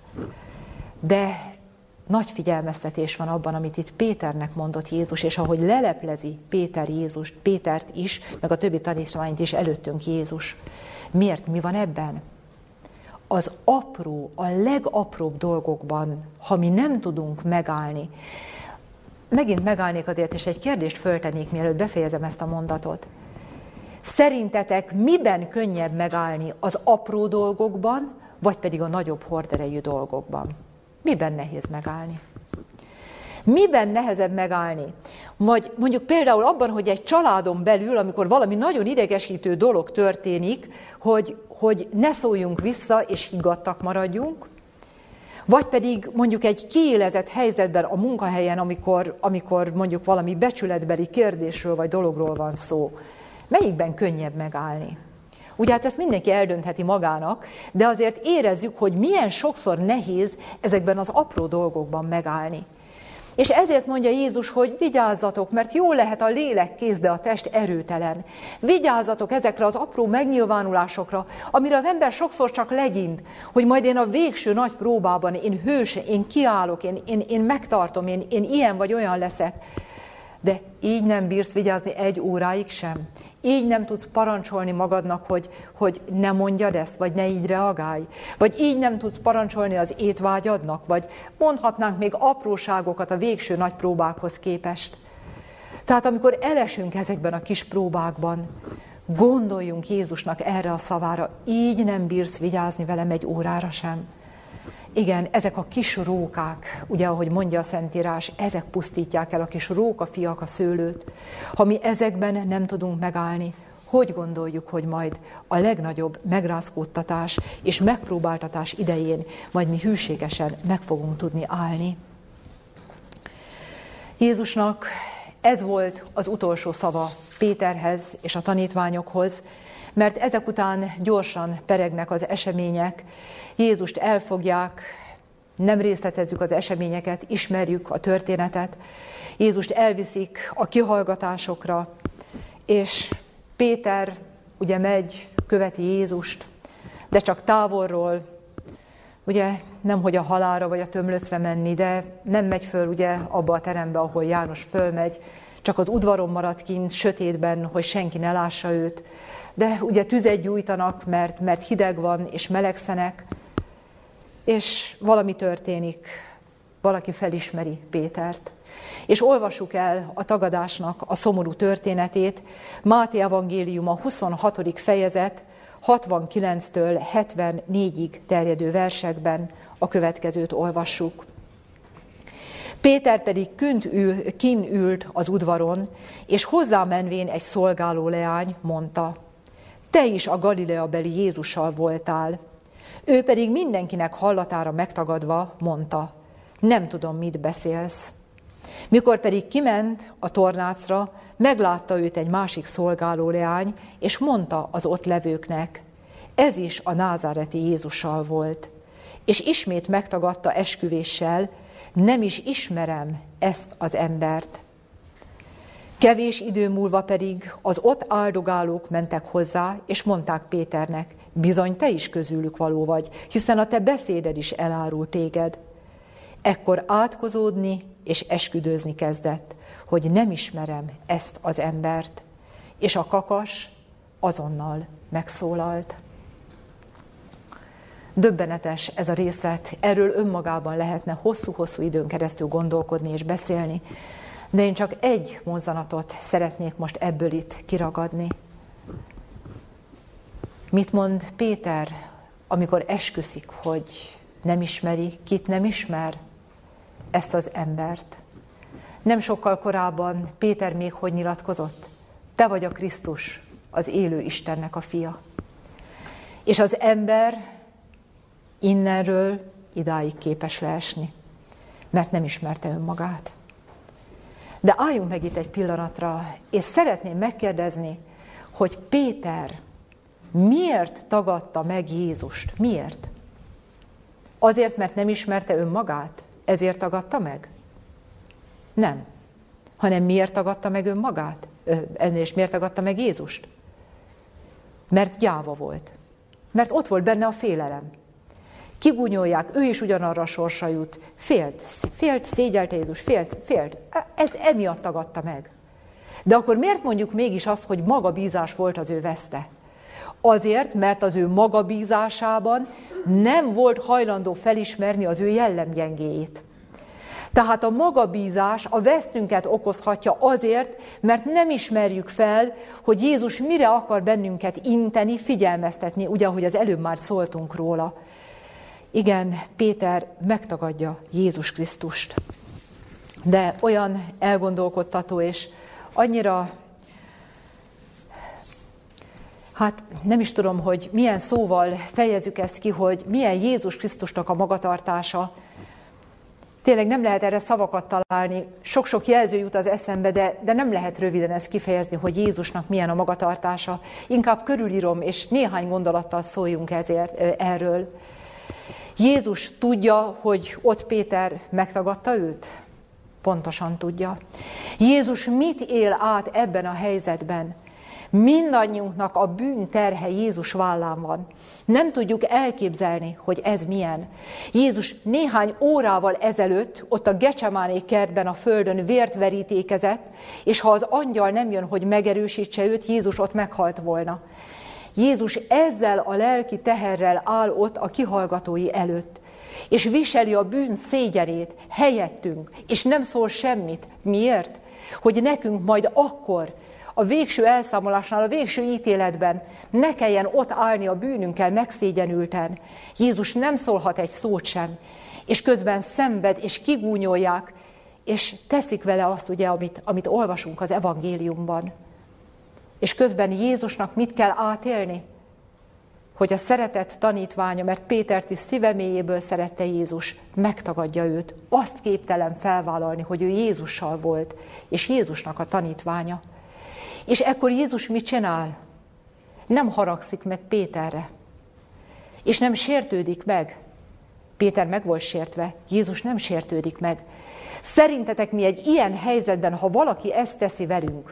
De nagy figyelmeztetés van abban, amit itt Péternek mondott Jézus, és ahogy leleplezi Pétert is, meg a többi tanítványt is előttünk Jézus. Miért? Mi van ebben? Az apró, a legapróbb dolgokban, ha mi nem tudunk megállni. Megint megállnék azért, és egy kérdést föltennék, mielőtt befejezem ezt a mondatot. Szerintetek miben könnyebb megállni, az apró dolgokban, vagy pedig a nagyobb horderejű dolgokban? Miben nehéz megállni? Miben nehezebb megállni? Vagy mondjuk például abban, hogy egy családon belül, amikor valami nagyon idegesítő dolog történik, hogy ne szóljunk vissza és higgadtak maradjunk, vagy pedig mondjuk egy kiélezett helyzetben a munkahelyen, amikor mondjuk valami becsületbeli kérdésről vagy dologról van szó. Melyikben könnyebb megállni? Ugye hát ezt mindenki eldöntheti magának, de azért érezzük, hogy milyen sokszor nehéz ezekben az apró dolgokban megállni. És ezért mondja Jézus, hogy vigyázzatok, mert jól lehet a lélek kész, de a test erőtelen. Vigyázzatok ezekre az apró megnyilvánulásokra, amire az ember sokszor csak legyint, hogy majd én a végső nagy próbában én hős, én kiállok, én megtartom, én ilyen vagy olyan leszek. De így nem bírsz vigyázni 1 óráig sem. Így nem tudsz parancsolni magadnak, hogy ne mondjad ezt, vagy ne így reagálj. Vagy így nem tudsz parancsolni az étvágyadnak, vagy mondhatnánk még apróságokat a végső nagy próbákhoz képest. Tehát amikor elesünk ezekben a kis próbákban, gondoljunk Jézusnak erre a szavára, így nem bírsz vigyázni velem 1 órára sem. Igen, ezek a kis rókák, ugye ahogy mondja a Szentírás, ezek pusztítják el a kis rókafiak a szőlőt. Ha mi ezekben nem tudunk megállni, hogy gondoljuk, hogy majd a legnagyobb megrázkódtatás és megpróbáltatás idején majd mi hűségesen meg fogunk tudni állni. Jézusnak ez volt az utolsó szava Péterhez és a tanítványokhoz, mert ezek után gyorsan peregnek az események, Jézust elfogják, nem részletezzük az eseményeket, ismerjük a történetet, Jézust elviszik a kihallgatásokra, és Péter ugye megy, követi Jézust, de csak távolról, ugye nem hogy a halálra vagy a tömlöcre menni, de nem megy föl ugye abba a terembe, ahol János fölmegy, csak az udvaron marad kint, sötétben, hogy senki ne lássa őt. De ugye tüzet gyújtanak, mert hideg van, és melegszenek, és valami történik, valaki felismeri Pétert. És olvassuk el a tagadásnak a szomorú történetét, Máté evangélium a 26. fejezet, 69-től 74-ig terjedő versekben a következőt olvassuk. Péter pedig kinn ült az udvaron, és hozzámenvén egy szolgáló leány mondta: te is a Galileabeli Jézussal voltál. Ő pedig mindenkinek hallatára megtagadva mondta: nem tudom, mit beszélsz. Mikor pedig kiment a tornácra, meglátta őt egy másik szolgáló leány, és mondta az ott levőknek: ez is a názáreti Jézussal volt. És ismét megtagadta esküvéssel: nem is ismerem ezt az embert. Kevés idő múlva pedig az ott áldogálók mentek hozzá, és mondták Péternek: bizony te is közülük való vagy, hiszen a te beszéded is elárul téged. Ekkor átkozódni és esküdőzni kezdett, hogy nem ismerem ezt az embert. És a kakas azonnal megszólalt. Döbbenetes ez a részlet, erről önmagában lehetne hosszú-hosszú időn keresztül gondolkodni és beszélni, de én csak egy mozzanatot szeretnék most ebből itt kiragadni. Mit mond Péter, amikor esküszik, hogy nem ismeri, kit nem ismer? Ezt az embert. Nem sokkal korábban Péter még hogy nyilatkozott? Te vagy a Krisztus, az élő Istennek a fia. És az ember innenről idáig képes leesni, mert nem ismerte önmagát. De álljunk meg itt egy pillanatra, és szeretném megkérdezni, hogy Péter miért tagadta meg Jézust? Miért? Azért, mert nem ismerte önmagát? Ezért tagadta meg? Nem. Hanem miért tagadta meg önmagát? És miért tagadta meg Jézust? Mert gyáva volt. Mert ott volt benne a félelem. Kigúnyolják, ő is ugyanarra a sorsra jut. Félt, szégyelte Jézus, félt. Ez emiatt tagadta meg. De akkor miért mondjuk mégis azt, hogy magabízás volt az ő veszte? Azért, mert az ő magabízásában nem volt hajlandó felismerni az ő jellemgyengéjét. Tehát a magabízás a vesztünket okozhatja azért, mert nem ismerjük fel, hogy Jézus mire akar bennünket inteni, figyelmeztetni, ugye, ahogy az előbb már szóltunk róla. Igen, Péter megtagadja Jézus Krisztust. De olyan elgondolkodtató és annyira, hát nem is tudom, hogy milyen szóval fejezzük ezt ki, hogy milyen Jézus Krisztusnak a magatartása. Tényleg nem lehet erre szavakat találni, sok-sok jelző jut az eszembe, de nem lehet röviden ezt kifejezni, hogy Jézusnak milyen a magatartása. Inkább körülírom, és néhány gondolattal szóljunk erről. Jézus tudja, hogy ott Péter megtagadta őt? Pontosan tudja. Jézus mit él át ebben a helyzetben? Mindannyiunknak a bűn terhe Jézus vállán van. Nem tudjuk elképzelni, hogy ez milyen. Jézus néhány órával ezelőtt ott a Gecsemáné kertben a földön vért verítékezett, és ha az angyal nem jön, hogy megerősítse őt, Jézus ott meghalt volna. Jézus ezzel a lelki teherrel áll ott a kihallgatói előtt, és viseli a bűn szégyenét helyettünk, és nem szól semmit. Miért? Hogy nekünk majd akkor, a végső elszámolásnál, a végső ítéletben ne kelljen ott állni a bűnünkkel megszégyenülten. Jézus nem szólhat egy szót sem, és közben szenved, és kigúnyolják, és teszik vele azt, ugye, amit olvasunk az evangéliumban. És közben Jézusnak mit kell átélni? Hogy a szeretett tanítványa, mert Pétert is szíve mélyéből szerette Jézus, megtagadja őt. Azt képtelen felvállalni, hogy ő Jézussal volt, és Jézusnak a tanítványa. És ekkor Jézus mit csinál? Nem haragszik meg Péterre. És nem sértődik meg. Péter meg volt sértve, Jézus nem sértődik meg. Szerintetek mi egy ilyen helyzetben, ha valaki ezt teszi velünk,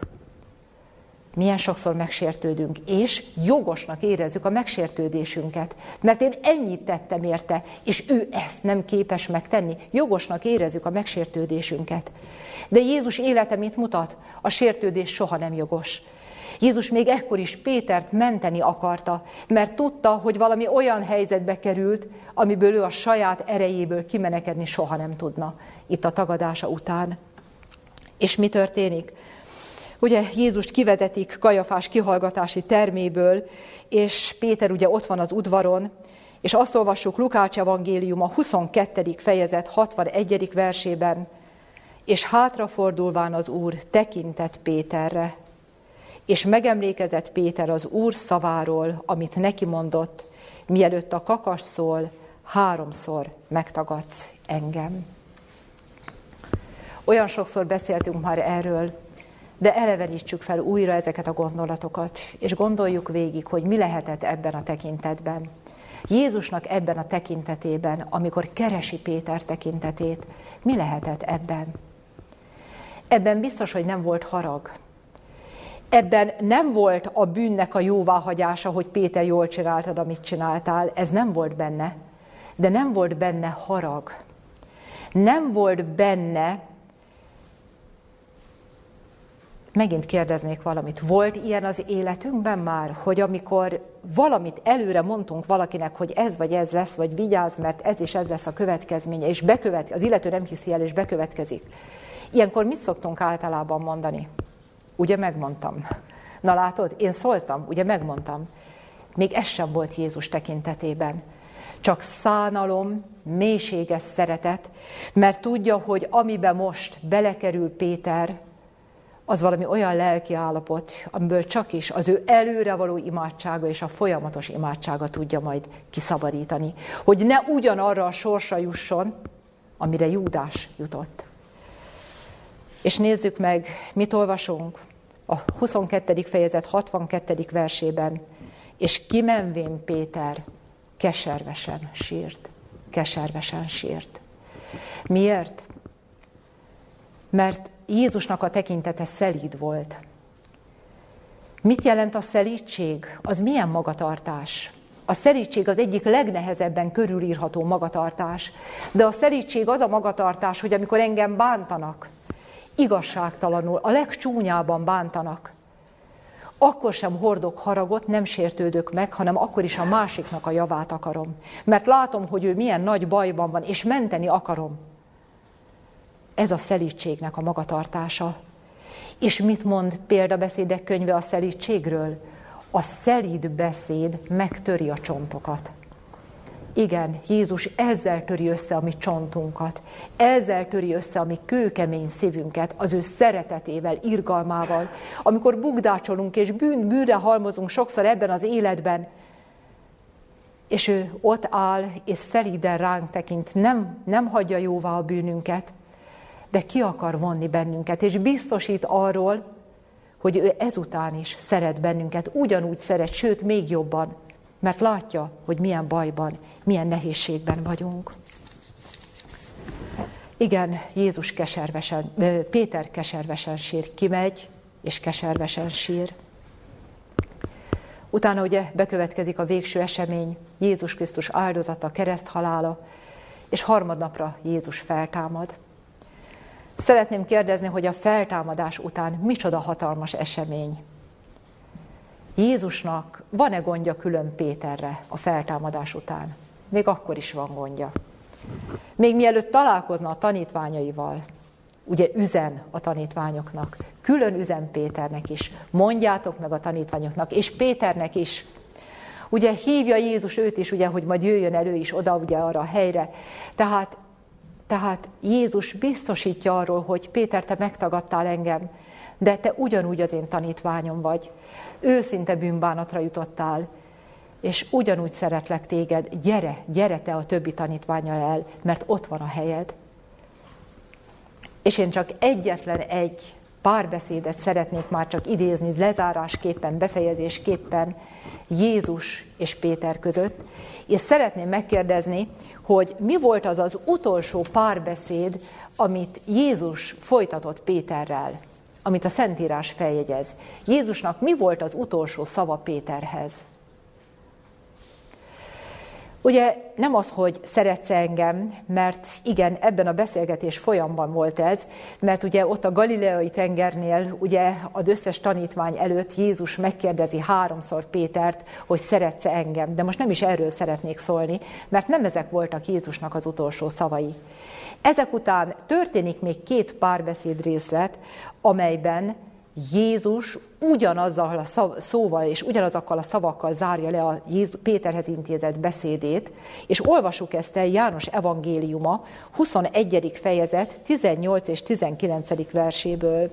milyen sokszor megsértődünk, és jogosnak érezzük a megsértődésünket. Mert én ennyit tettem érte, és ő ezt nem képes megtenni. Jogosnak érezzük a megsértődésünket. De Jézus élete mit mutat? A sértődés soha nem jogos. Jézus még ekkor is Pétert menteni akarta, mert tudta, hogy valami olyan helyzetbe került, amiből ő a saját erejéből kimenekedni soha nem tudna itt a tagadása után. És mi történik? Ugye Jézust kivezetik Kajafás kihallgatási terméből, és Péter ugye ott van az udvaron, és azt olvassuk Lukács evangélium a 22. fejezet 61. versében, és hátrafordulván az Úr tekintett Péterre, és megemlékezett Péter az Úr szaváról, amit neki mondott, mielőtt a kakas szól, 3-szor megtagadsz engem. Olyan sokszor beszéltünk már erről, de elevenítsük fel újra ezeket a gondolatokat, és gondoljuk végig, hogy mi lehetett ebben a tekintetben. Jézusnak ebben a tekintetében, amikor keresi Péter tekintetét, mi lehetett ebben? Ebben biztos, hogy nem volt harag. Ebben nem volt a bűnnek a jóváhagyása, hogy Péter, jól csináltad, amit csináltál, ez nem volt benne, de nem volt benne harag. Nem volt benne, megint kérdeznék valamit, volt ilyen az életünkben már, hogy amikor valamit előre mondtunk valakinek, hogy ez vagy ez lesz, vagy vigyázz, mert ez és ez lesz a következménye, és az illető nem hiszi el, és bekövetkezik. Ilyenkor mit szoktunk általában mondani? Ugye megmondtam. Na látod, én szóltam, ugye megmondtam. Még ez sem volt Jézus tekintetében. Csak szánalom, mélységes szeretet, mert tudja, hogy amiben most belekerül Péter, az valami olyan lelki állapot, amiből csak is az ő előrevaló imádsága és a folyamatos imádsága tudja majd kiszabadítani. Hogy ne ugyanarra a sorsra jusson, amire Júdás jutott. És nézzük meg, mit olvasunk a 22. fejezet 62. versében. És kimenvén Péter keservesen sírt. Keservesen sírt. Miért? Mert Jézusnak a tekintete szelíd volt. Mit jelent a szelídség? Az milyen magatartás? A szelídség az egyik legnehezebben körülírható magatartás. De a szelídség az a magatartás, hogy amikor engem bántanak, igazságtalanul, a legcsúnyában bántanak, akkor sem hordok haragot, nem sértődök meg, hanem akkor is a másiknak a javát akarom. Mert látom, hogy ő milyen nagy bajban van, és menteni akarom. Ez a szelídségnek a magatartása. És mit mond példabeszédek könyve a szelídségről? A szelíd beszéd megtöri a csontokat. Igen, Jézus ezzel töri össze a mi csontunkat, ezzel töri össze a mi kőkemény szívünket, az ő szeretetével, irgalmával. Amikor bugdácsolunk és bűnre halmozunk sokszor ebben az életben, és ő ott áll és szelíden ránk tekint, nem hagyja jóvá a bűnünket, de ki akar vonni bennünket, és biztosít arról, hogy ő ezután is szeret bennünket, ugyanúgy szeret, sőt, még jobban, mert látja, hogy milyen bajban, milyen nehézségben vagyunk. Igen, Péter keservesen sír, kimegy, és keservesen sír. Utána ugye bekövetkezik a végső esemény, Jézus Krisztus áldozata, kereszthalála, és harmadnapra Jézus feltámad. Szeretném kérdezni, hogy a feltámadás után micsoda hatalmas esemény. Jézusnak van-e gondja külön Péterre a feltámadás után? Még akkor is van gondja. Még mielőtt találkozna a tanítványaival, ugye üzen a tanítványoknak, külön üzen Péternek is, mondjátok meg a tanítványoknak, és Péternek is. Ugye hívja Jézus őt is, ugye, hogy majd jöjjön elő is oda, ugye arra a helyre. Tehát Jézus biztosítja arról, hogy Péter, te megtagadtál engem, de te ugyanúgy az én tanítványom vagy. Őszinte bűnbánatra jutottál, és ugyanúgy szeretlek téged, gyere te a többi tanítvánnyal el, mert ott van a helyed. És én csak egyetlen egy párbeszédet szeretnék már csak idézni, lezárásképpen, befejezésképpen Jézus és Péter között, és szeretném megkérdezni, hogy mi volt az az utolsó párbeszéd, amit Jézus folytatott Péterrel, amit a Szentírás feljegyez. Jézusnak mi volt az utolsó szava Péterhez? Ugye nem az, hogy szeretsz engem, mert igen, ebben a beszélgetés folyamban volt ez, mert ugye ott a Galileai tengernél, ugye az összes tanítvány előtt Jézus megkérdezi 3-szor Pétert, hogy szeretsz engem, de most nem is erről szeretnék szólni, mert nem ezek voltak Jézusnak az utolsó szavai. Ezek után történik még 2 párbeszéd részlet, amelyben Jézus ugyanazzal a szóval és ugyanazokkal a szavakkal zárja le a Péterhez intézett beszédét, és olvassuk ezt el János evangéliuma 21. fejezet 18 és 19. verséből.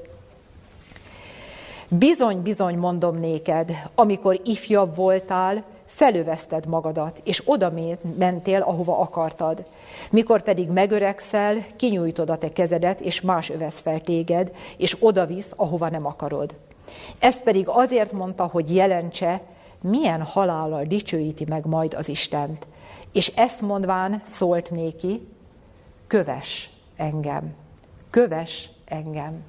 Bizony, bizony mondom néked, amikor ifjabb voltál, felövezted magadat, és oda mentél, ahova akartad. Mikor pedig megöregszel, kinyújtod a te kezedet, és más övesz fel téged, és odavisz, ahova nem akarod. Ezt pedig azért mondta, hogy jelentse, milyen halállal dicsőíti meg majd az Istent. És ezt mondván szólt néki, kövess engem, kövess engem.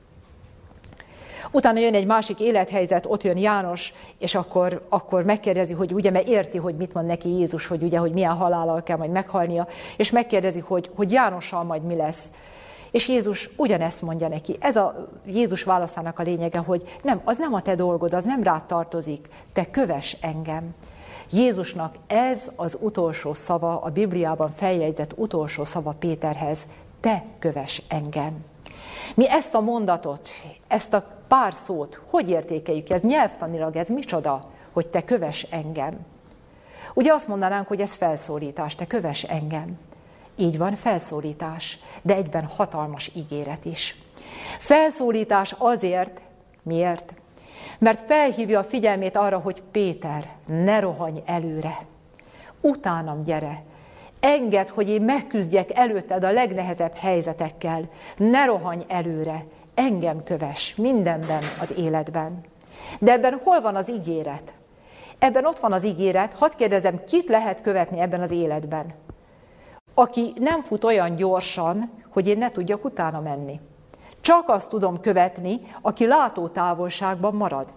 Utána jön egy másik élethelyzet, ott jön János, és akkor megkérdezi, hogy ugye, mert érti, hogy mit mond neki Jézus, hogy ugye, hogy milyen halállal kell majd meghalnia, és megkérdezi, hogy Jánossal majd mi lesz. És Jézus ugyanezt mondja neki. Ez a Jézus válaszának a lényege, hogy nem, az nem a te dolgod, az nem rád tartozik, te kövess engem. Jézusnak ez az utolsó szava, a Bibliában feljegyzett utolsó szava Péterhez, te kövess engem. Mi ezt a mondatot, ezt a pár szót, hogy értékeljük? Ez nyelvtanilag, ez micsoda, hogy te kövess engem? Ugye azt mondanánk, hogy ez felszólítás, te kövess engem. Így van, felszólítás, de egyben hatalmas ígéret is. Felszólítás azért, miért? Mert felhívja a figyelmét arra, hogy Péter, ne rohanj előre, utánam gyere, engedd, hogy én megküzdjek előtted a legnehezebb helyzetekkel, ne rohanj előre, engem kövess mindenben az életben. De ebben hol van az ígéret? Ebben ott van az ígéret, hadd kérdezem, kit lehet követni ebben az életben? Aki nem fut olyan gyorsan, hogy én ne tudjak utána menni. Csak azt tudom követni, aki látótávolságban marad.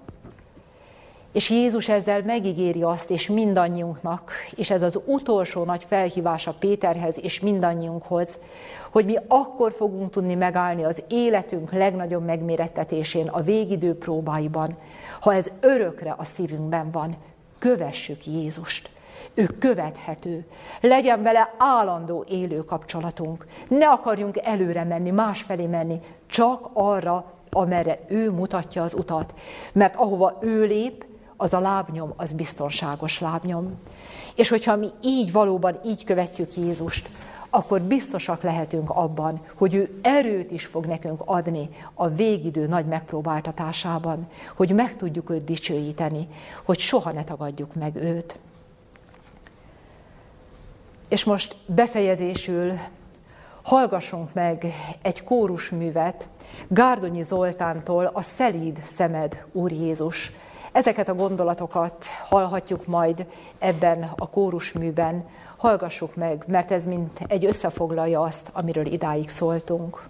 És Jézus ezzel megígéri azt, és mindannyiunknak, és ez az utolsó nagy felhívása Péterhez és mindannyiunkhoz, hogy mi akkor fogunk tudni megállni az életünk legnagyobb megmérettetésén, a végidő próbáiban, ha ez örökre a szívünkben van. Kövessük Jézust. Ő követhető. Legyen vele állandó élő kapcsolatunk. Ne akarjunk előre menni, másfelé menni, csak arra, amerre ő mutatja az utat. Mert ahova ő lép, az a lábnyom, az biztonságos lábnyom. És hogyha mi így valóban így követjük Jézust, akkor biztosak lehetünk abban, hogy ő erőt is fog nekünk adni a végidő nagy megpróbáltatásában, hogy meg tudjuk őt dicsőíteni, hogy soha ne tagadjuk meg őt. És most befejezésül hallgassunk meg egy kórusművet Gárdonyi Zoltántól, a Szelíd szemed, Úr Jézus. Ezeket a gondolatokat hallhatjuk majd ebben a kórusműben. Hallgassuk meg, mert ez mind egy összefoglalja azt, amiről idáig szóltunk.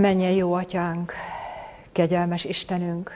Mennyei jó Atyánk, kegyelmes Istenünk,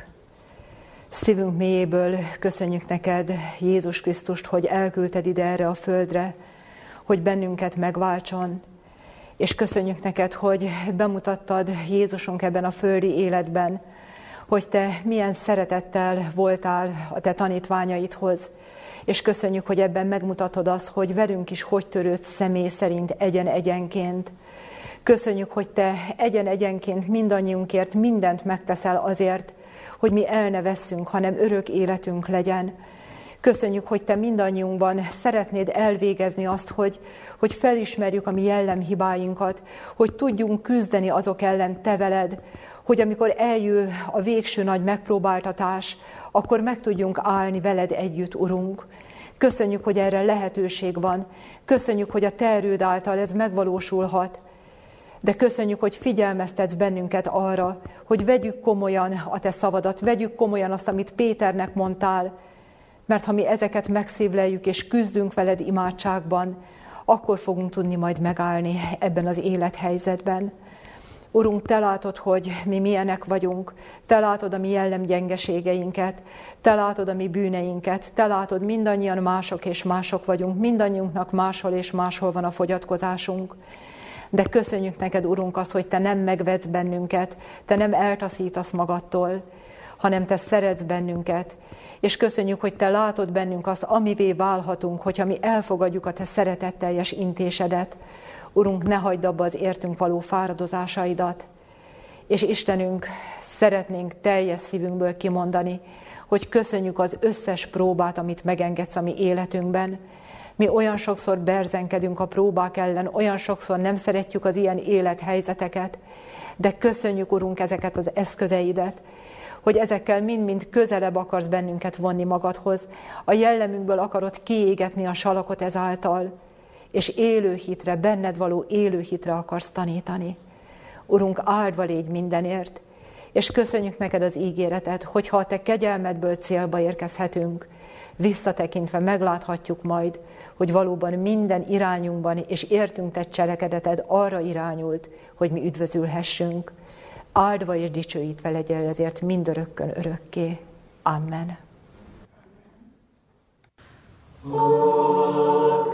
szívünk mélyéből köszönjük neked, Jézus Krisztust, hogy elküldted ide erre a földre, hogy bennünket megváltson, és köszönjük neked, hogy bemutattad Jézusunk ebben a földi életben, hogy te milyen szeretettel voltál a te tanítványaidhoz, és köszönjük, hogy ebben megmutatod azt, hogy velünk is hogy törődsz személy szerint egyen-egyenként. Köszönjük, hogy te egyen-egyenként mindannyiunkért mindent megteszel azért, hogy mi el ne vesszünk, hanem örök életünk legyen. Köszönjük, hogy te mindannyiunkban szeretnéd elvégezni azt, hogy felismerjük a mi jellemhibáinkat, hogy tudjunk küzdeni azok ellen te veled, hogy amikor eljön a végső nagy megpróbáltatás, akkor meg tudjunk állni veled együtt, Urunk. Köszönjük, hogy erre lehetőség van. Köszönjük, hogy a te erőd által ez megvalósulhat. De köszönjük, hogy figyelmeztetsz bennünket arra, hogy vegyük komolyan a te szavadat, vegyük komolyan azt, amit Péternek mondtál, mert ha mi ezeket megszívleljük és küzdünk veled imádságban, akkor fogunk tudni majd megállni ebben az élethelyzetben. Urunk, te látod, hogy mi milyenek vagyunk, te látod a mi jellemgyengeségeinket, te látod a mi bűneinket, te látod, mindannyian mások és mások vagyunk, mindannyiunknak máshol és máshol van a fogyatkozásunk. De köszönjük neked, Urunk, azt, hogy te nem megvetsz bennünket, te nem eltaszítasz magadtól, hanem te szeretsz bennünket. És köszönjük, hogy te látod bennünk azt, amivé válhatunk, hogyha mi elfogadjuk a te szeretetteljes intésedet. Urunk, ne hagyd abba az értünk való fáradozásaidat. És Istenünk, szeretnénk teljes szívünkből kimondani, hogy köszönjük az összes próbát, amit megengedsz a mi életünkben. Mi olyan sokszor berzenkedünk a próbák ellen, olyan sokszor nem szeretjük az ilyen élethelyzeteket, de köszönjük, Urunk, ezeket az eszközeidet, hogy ezekkel mind-mind közelebb akarsz bennünket vonni magadhoz. A jellemünkből akarod kiégetni a salakot ezáltal, és élő hitre, benned való élő hitre akarsz tanítani. Urunk, áldva légy mindenért, és köszönjük neked az ígéretet, hogyha a te kegyelmedből célba érkezhetünk, visszatekintve megláthatjuk majd, hogy valóban minden irányunkban és értünk tett cselekedeted arra irányult, hogy mi üdvözülhessünk. Áldva és dicsőítve legyél ezért mindörökkön örökké. Amen.